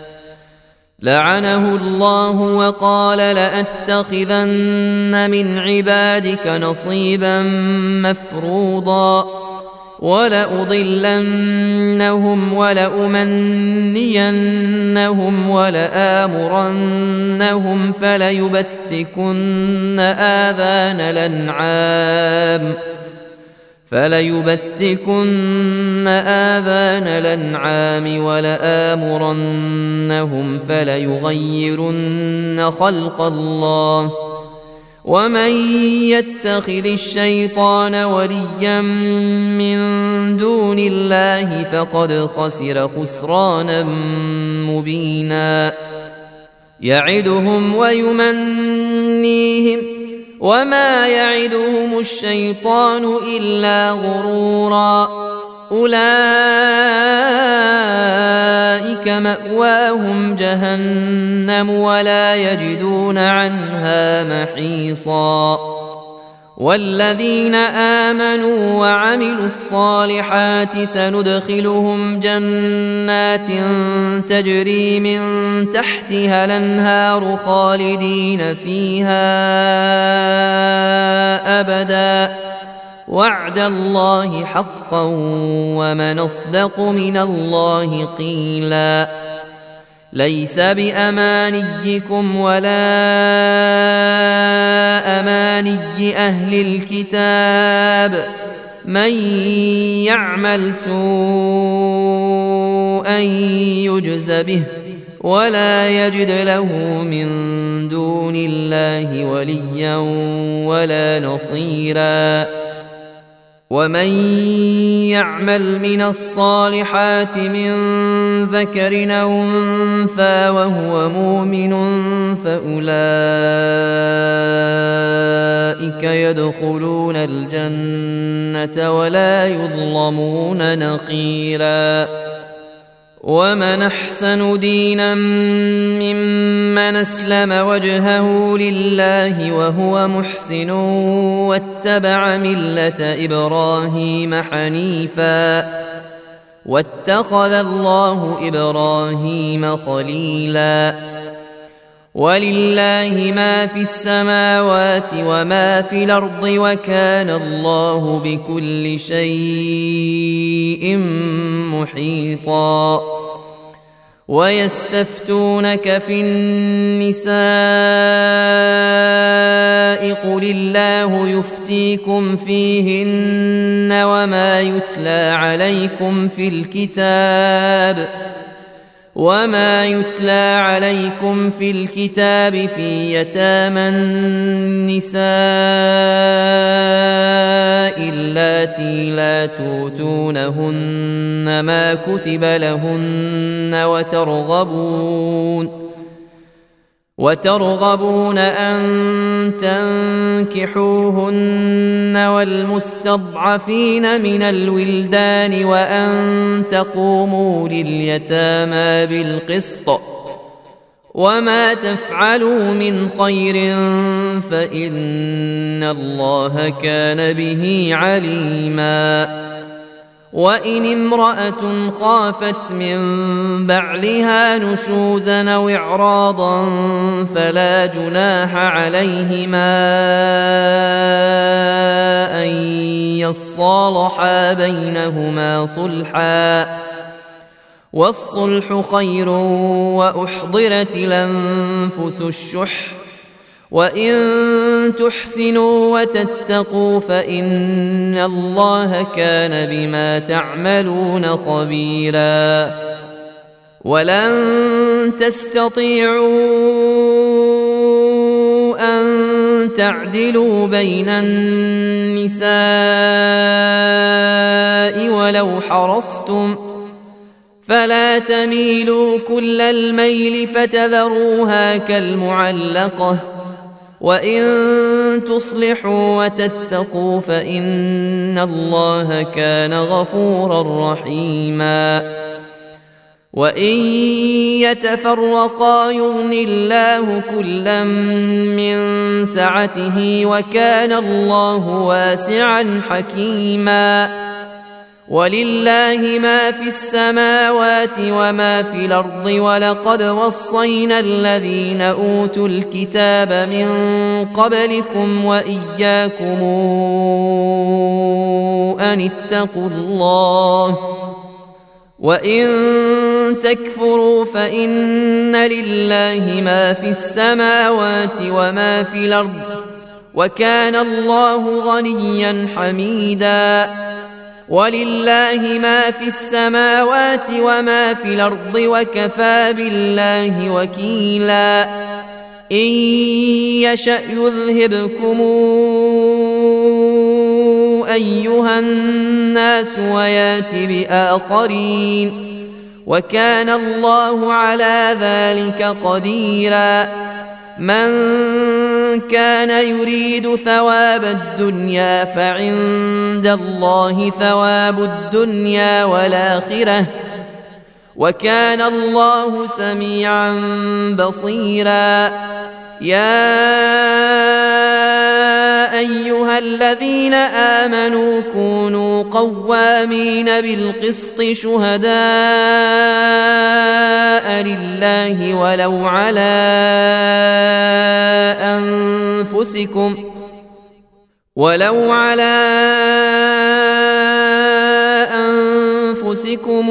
لعنه الله وقال لأتخذن من عبادك نصيبا مفروضا ولأضلنهم ولأمنينهم ولآمرنهم فليبتكن آذان الأنعام فليبتكن آذان الأنعام ولآمرنهم فليغيرن خلق الله. ومن يتخذ الشيطان وليا من دون الله فقد خسر خسرانا مبينا. يعدهم ويمنيهم وما يعدهم الشيطان إلا غرورا. أولئك مأواهم جهنم ولا يجدون عنها محيصا. والذين آمنوا وعملوا الصالحات سندخلهم جنات تجري من تحتها الأنهار خالدين فيها أبدا وعد الله حقا ومن أصدق من الله قيلا. ليس بأمانيكم ولا أماني أهل الكتاب من يعمل سوءا يجز به ولا يجد له من دون الله وليا ولا نصيرا. ومن يعمل من الصالحات من ذكر أو أنثى وهو مؤمن فأولئك يدخلون الجنة ولا يظلمون نقيرا. ومن أحسن دينا ممن أسلم وجهه لله وهو محسن واتبع ملة إبراهيم حنيفا واتخذ الله إبراهيم خليلا ولله ما في السماوات وما في الأرض وكان الله بكل شيء محيطا ويستفتونك في النساء قل الله يفتيكم فيهن وما يتلى عليكم في الكتاب وما يتلى عليكم في الكتاب في يتامى النساء اللاتي لا توتونهن ما كتب لهن وترغبون وترغبون أن تنكحوهن والمستضعفين من الولدان وأن تقوموا لليتامى بالقسط وما تفعلوا من خير فإن الله كان به عليما وإن امرأة خافت من بعلها نشوزا أو إعراضا فلا جناح عليهما أن يصالحا بينهما صلحا والصلح خير وأحضرت الأنفس الشح وإن تحسنوا وتتقوا فإن الله كان بما تعملون خبيرا ولن تستطيعوا أن تعدلوا بين النساء ولو حرصتم فلا تميلوا كل الميل فتذروها كالمعلقة وإن تصلحوا وتتقوا فإن الله كان غفورا رحيما وإن يتفرقا يغن الله كلا من سعته وكان الله واسعا حكيما ولله ما في السماوات وما في الأرض ولقد وصينا الذين أوتوا الكتاب من قبلكم وإياكم أن اتقوا الله وإن تكفروا فإن لله ما في السماوات وما في الأرض وكان الله غنيا حميدا ولله ما في السماوات وما في الأرض وكفى بالله وكيلا إن يشأ يذهبكم أيها الناس ويات بآخرين وكان الله على ذلك قديرا من كان يريد ثواب الدنيا فعند الله ثواب الدنيا والآخرة وكان الله سميعا بصيرا يا أيها الذين آمنوا كونوا قوامين بالقسط شهداء لله ولو على أنفسكم ولو على أنفسكم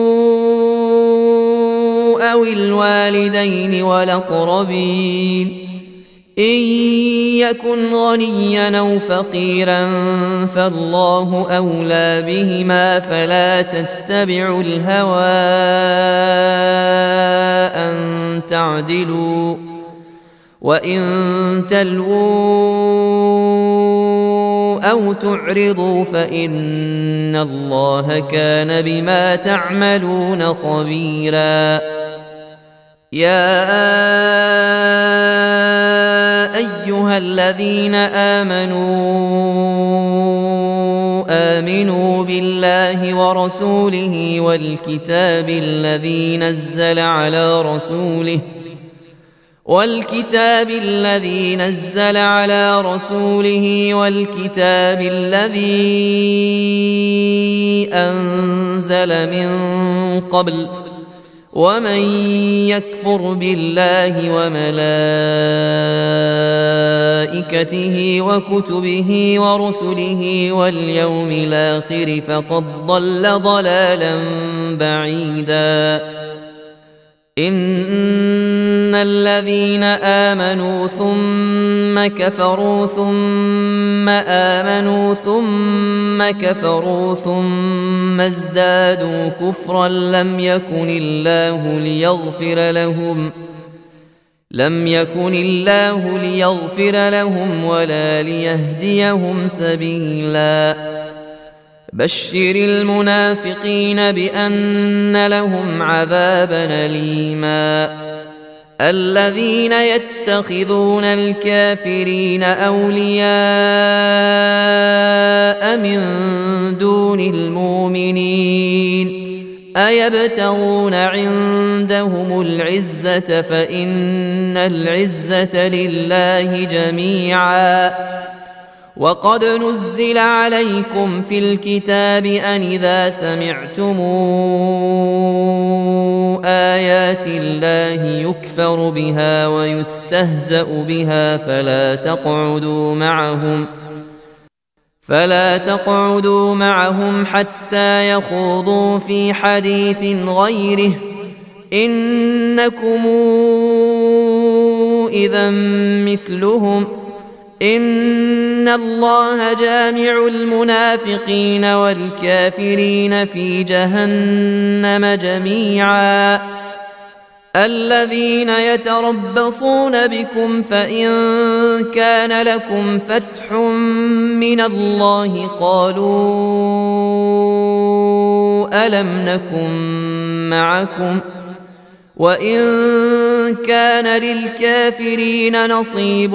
أو الوالدين والأقربين إن يكن غنيا أو فقيرا فالله أولى بهما فلا تتبعوا الهوى أن تعدلوا وإن تلووا أو تعرضوا فإن الله كان بما تعملون خبيرا يا أيها الذين آمنوا آمنوا بالله ورسوله والكتاب الذي نزل على رسوله والكتاب الذي نزل على رسوله والكتاب الذي أنزل من قبل ومن يكفر بالله وملائكته وكتبه ورسله واليوم الآخر فقد ضل ضلالا بعيدا إن الذين آمنوا ثم كفروا ثم آمنوا ثم كفروا ثم ازدادوا كفرا لم يكن الله ليغفر لهم لم يكن الله ليغفر لهم ولا ليهديهم سبيلا بشر المنافقين بأن لهم عذابا أليما الذين يتخذون الكافرين أولياء من دون المؤمنين أيبتغون عندهم العزة فإن العزة لله جميعا وقد نزل عليكم في الكتاب أن إذا سمعتم آيات الله يكفر بها ويستهزأ بها فلا تقعدوا معهم فلا تقعدوا معهم حتى يخوضوا في حديث غيره إنكم إذا مثلهم إن الله جامع المنافقين والكافرين في جهنم جميعا الذين يتربصون بكم فإن كان لكم فتح من الله قالوا ألم نكن معكم وإن كان للكافرين نصيب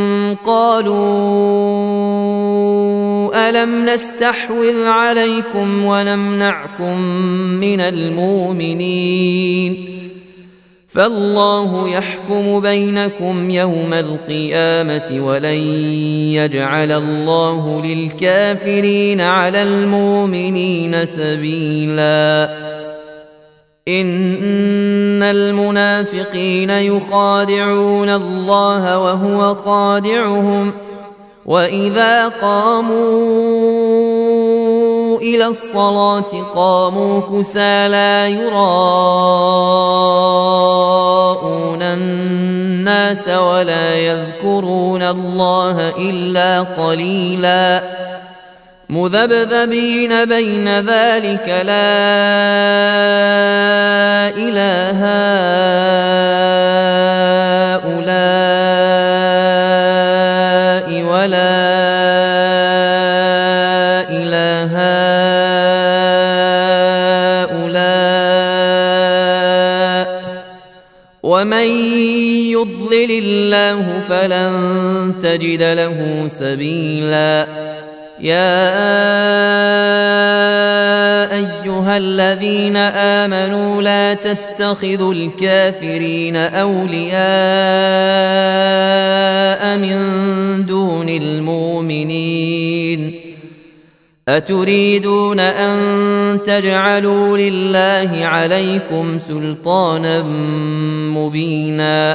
قالوا ألم نستحوذ عليكم ونمنعكم من المؤمنين فالله يحكم بينكم يوم القيامة ولن يجعل الله للكافرين على المؤمنين سبيلا إن المنافقين يخادعون الله وهو خادعهم وإذا قاموا إلى الصلاة قاموا كسالى يراءون الناس ولا يذكرون الله إلا قليلا مذبذبين بين ذلك لا إله هؤلاء ولا إله هؤلاء ومن يضلل الله فلن تجد له سبيلا يا أيها الذين آمنوا لا تتخذوا الكافرين أولياء من دون المؤمنين أتريدون أن تجعلوا لله عليكم سلطانا مبينا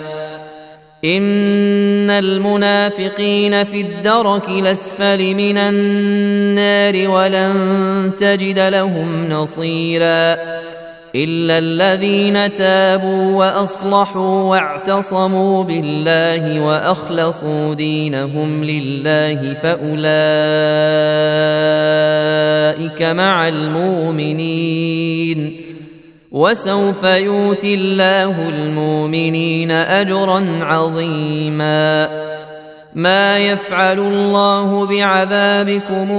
إن المنافقين في الدرك الأسفل من النار ولن تجد لهم نصيرا إلا الذين تابوا وأصلحوا واعتصموا بالله وأخلصوا دينهم لله فأولئك مع المؤمنين وسوف يؤتي الله المؤمنين أجرا عظيما ما يفعل الله بعذابكم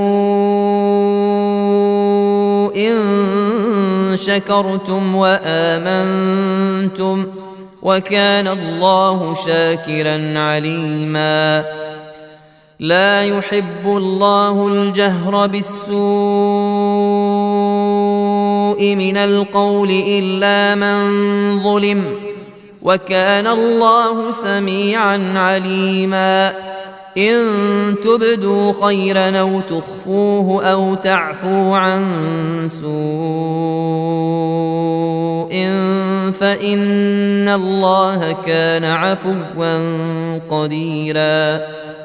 إن شكرتم وآمنتم وكان الله شاكرا عليما لا يحب الله الجهر بالسوء من القول إلا من ظلم وكان الله سميعا عليما إن تبدوا خيرا أو تخفوه أو تعفو عن سوء فإن الله كان عفوا قديرا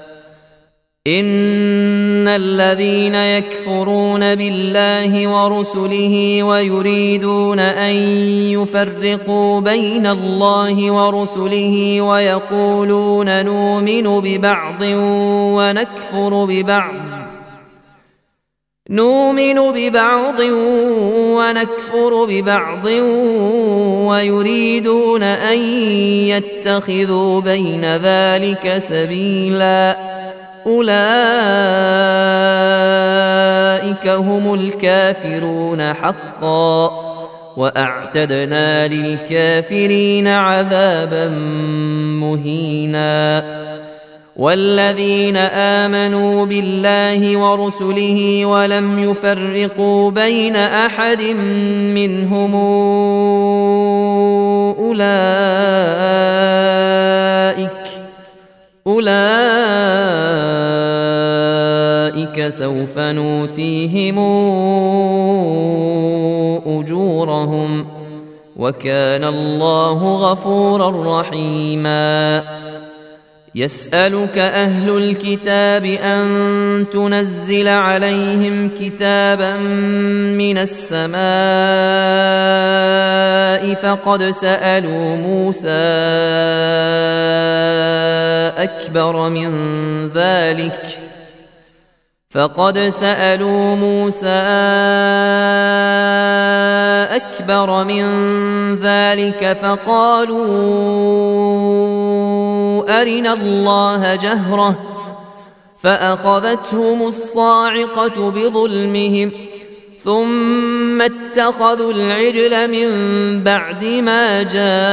إن الذين يكفرون بالله ورسله ويريدون أن يفرقوا بين الله ورسله ويقولون نؤمن ببعض ونكفر ببعض نؤمن ببعض ونكفر ببعض ويريدون أن يتخذوا بين ذلك سبيلا أولئك هم الكافرون حقا وأعتدنا للكافرين عذابا مهينا والذين آمنوا بالله ورسله ولم يفرقوا بين أحد منهم أولئك أولئك سوف نؤتيهم أجورهم وكان الله غفورا رحيما يسألك أهل الكتاب أن تنزل عليهم كتابا من السماء فقد سألوا موسى أكبر من ذلك فقد سألوا موسى أكبر من ذلك فقالوا أرنا الله جهرة فأخذتهم الصاعقة بظلمهم ثم اتخذوا العجل من بعد ما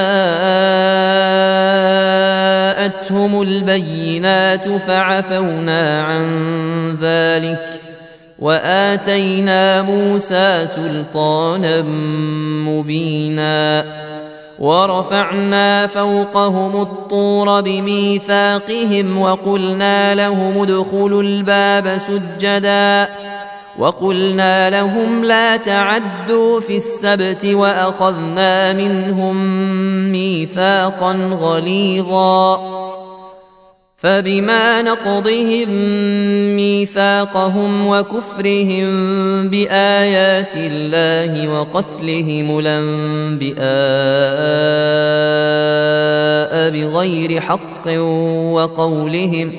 جاءتهم البينات فعفونا عن ذلك وآتينا موسى سلطانا مبينا ورفعنا فوقهم الطور بميثاقهم وقلنا لهم ادخلوا الباب سجدا وقلنا لهم لا تعدوا في السبت وأخذنا منهم ميثاقا غليظا فبما نقضهم ميثاقهم وكفرهم بآيات الله وقتلهم الأنبياء بغير حق وقولهم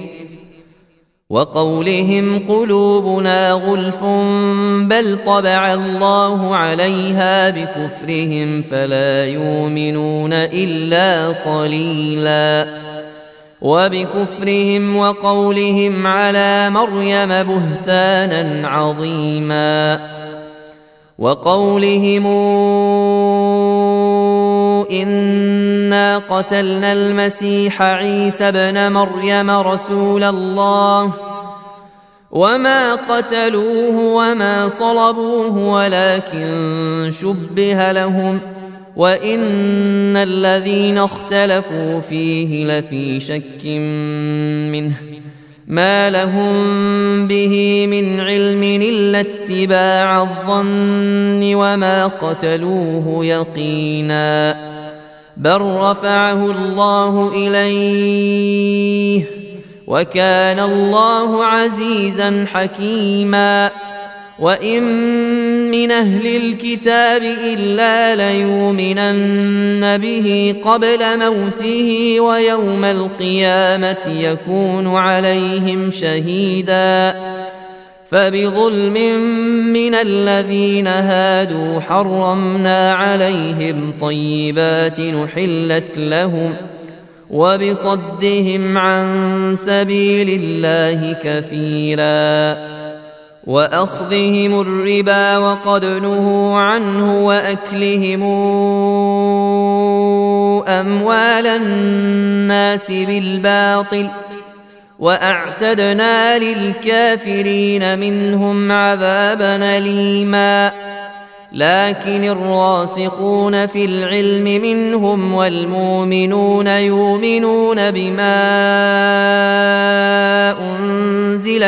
وقولهم قلوبنا غلف بل طبع الله عليها بكفرهم فلا يؤمنون إلا قليلا وبكفرهم وقولهم على مريم بهتانا عظيما وقولهم إنا قتلنا المسيح عيسى ابن مريم رسول الله وما قتلوه وما صلبوه ولكن شبه لهم وإن الذين اختلفوا فيه لفي شك منه ما لهم به من علم إلا اتباع الظن وما قتلوه يقينا بل رفعه الله إليه وكان الله عزيزا حكيما وإن من أهل الكتاب إلا ليؤمنن به قبل موته ويوم القيامة يكون عليهم شهيدا فبظلم من الذين هادوا حرمنا عليهم طيبات نحلت لهم وبصدهم عن سبيل الله كثيرا وأخذهم الربا وقد نهوا عنه وأكلهم أموال الناس بالباطل وأعتدنا للكافرين منهم عذابا أليما لكن الراسخون في العلم منهم والمؤمنون يؤمنون بما أنزل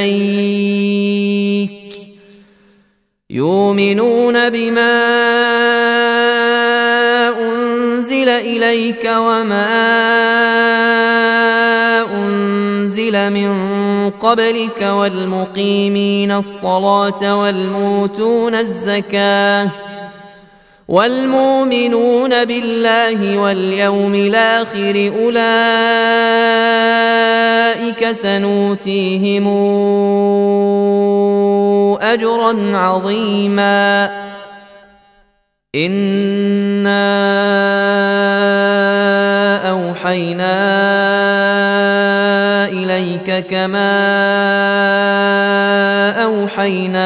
إليك يؤمنون بما أنزل إليك وما أنزل من قبلك والمقيمين الصلاة والموتون الزكاة والمؤمنون بالله واليوم الآخر أولئك سنؤتيهم أجرا عظيما إنا أوحينا إليك كما أوحينا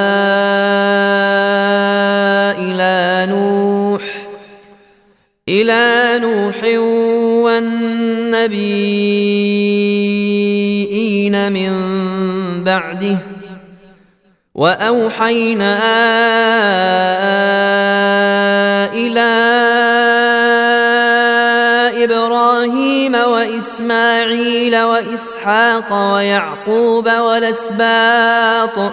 إلى نوح إلى نوح والنبيين من بعده وأوحينا إلى إبراهيم وإسماعيل وإسحاق ويعقوب والأسباط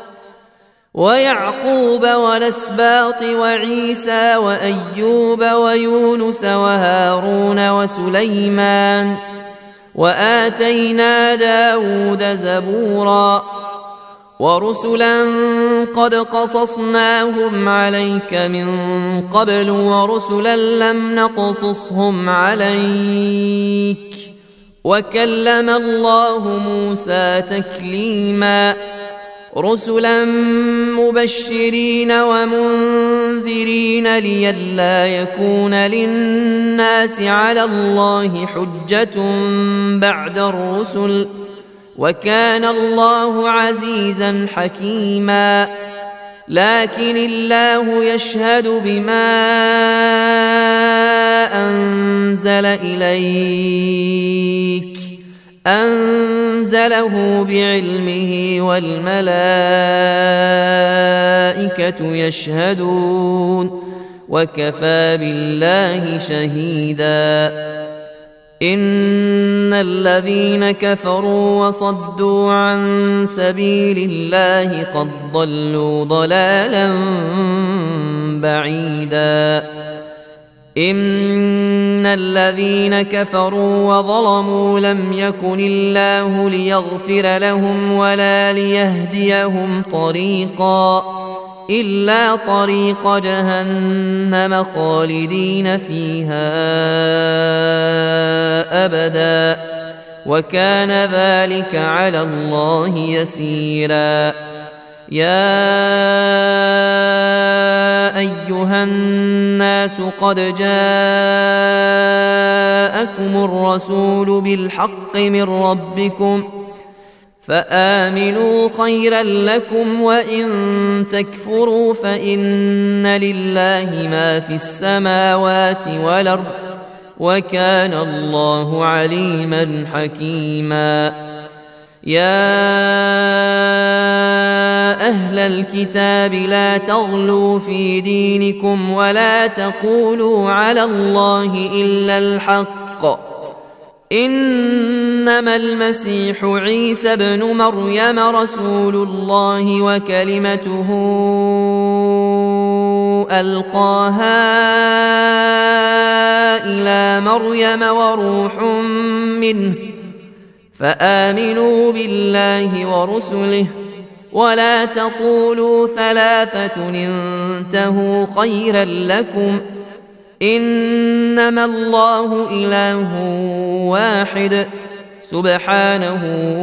ويعقوب والأسباط وعيسى وأيوب ويونس وهارون وسليمان وآتينا داود زبورا ورسلا قد قصصناهم عليك من قبل ورسلا لم نقصصهم عليك وكلم الله موسى تكليما رسلا مبشرين ومنذرين لئلا يكون للناس على الله حجة بعد الرسل وكان الله عزيزا حكيما لكن الله يشهد بما أنزل إليك أنزله بعلمه والملائكة يشهدون وكفى بالله شهيدا إن الذين كفروا وصدوا عن سبيل الله قد ضلوا ضلالا بعيدا إن الذين كفروا وظلموا لم يكن الله ليغفر لهم ولا ليهديهم طريقا إلا طريق جهنم خالدين فيها أبدا وكان ذلك على الله يسيرا يا أيها الناس قد جاءكم الرسول بالحق من ربكم فآمنوا خيرا لكم وإن تكفروا فإن لله ما في السماوات والأرض وكان الله عليما حكيما يا أهل الكتاب لا تغلوا في دينكم ولا تقولوا على الله إلا الحق إنما المسيح عيسى ابن مريم رسول الله وكلمته ألقاها إلى مريم وروح منه فآمنوا بالله ورسله ولا تقولوا ثلاثة انتهوا خيرا لكم إنما الله إله واحد سبحانه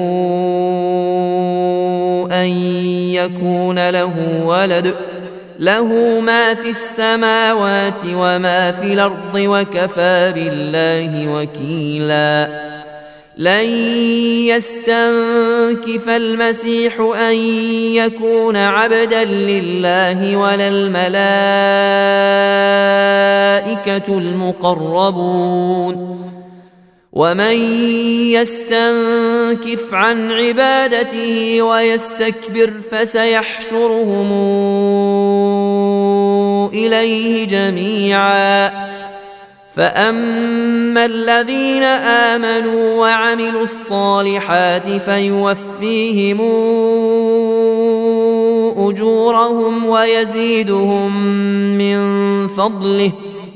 أن يكون له ولد له ما في السماوات وما في الأرض وكفى بالله وكيلا لن يستنكف المسيح أن يكون عبدا لله ولا الملائكة المقربون ومن يستنكف عن عبادته ويستكبر فسيحشرهم إليه جميعا فأما الذين آمنوا وعملوا الصالحات فيوفيهم أجورهم ويزيدهم من فضله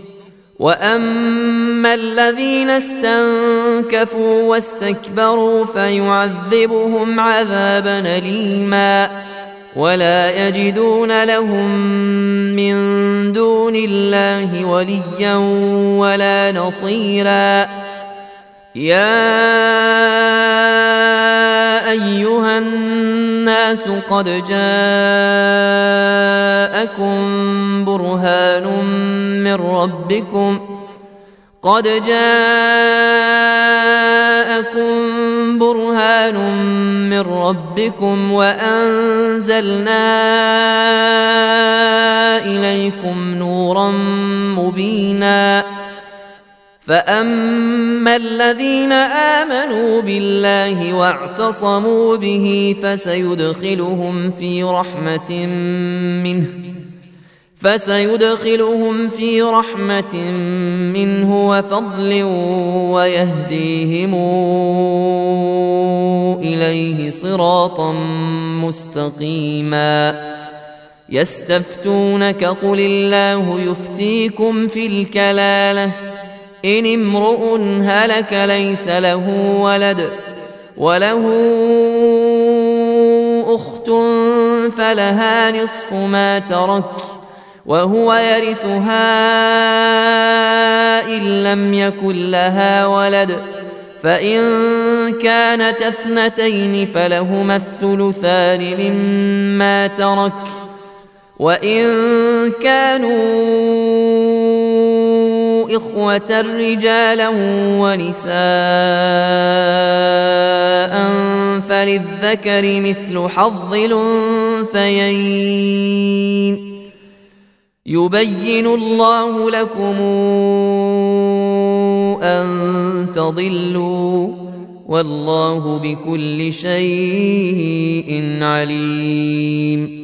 وأما الذين استنكفوا واستكبروا فيعذبهم عذابا أليما ولا يجدون لهم من دون الله وليا ولا نصيرا يا أيها الناس قد جاءكم برهان من ربكم قد جاءكم برهان من ربكم وأنزلنا إليكم نورا مبينا فأما الذين آمنوا بالله واعتصموا به فسيدخلهم في رحمة منه فسيدخلهم في رحمة منه وفضل ويهديهم إليه صراطا مستقيما يستفتونك قل الله يفتيكم في الكلالة إن امرؤ هلك ليس له ولد وله أخت فلها نصف ما ترك وهو يرثها إن لم يكن لها ولد فإن كانت اثنتين فلهما الثلثان مما ترك وإن كانوا إخوة رجالا ونساء فللذكر مثل حظ الأنثيين يبين الله لكم أن تضلوا والله بكل شيء عليم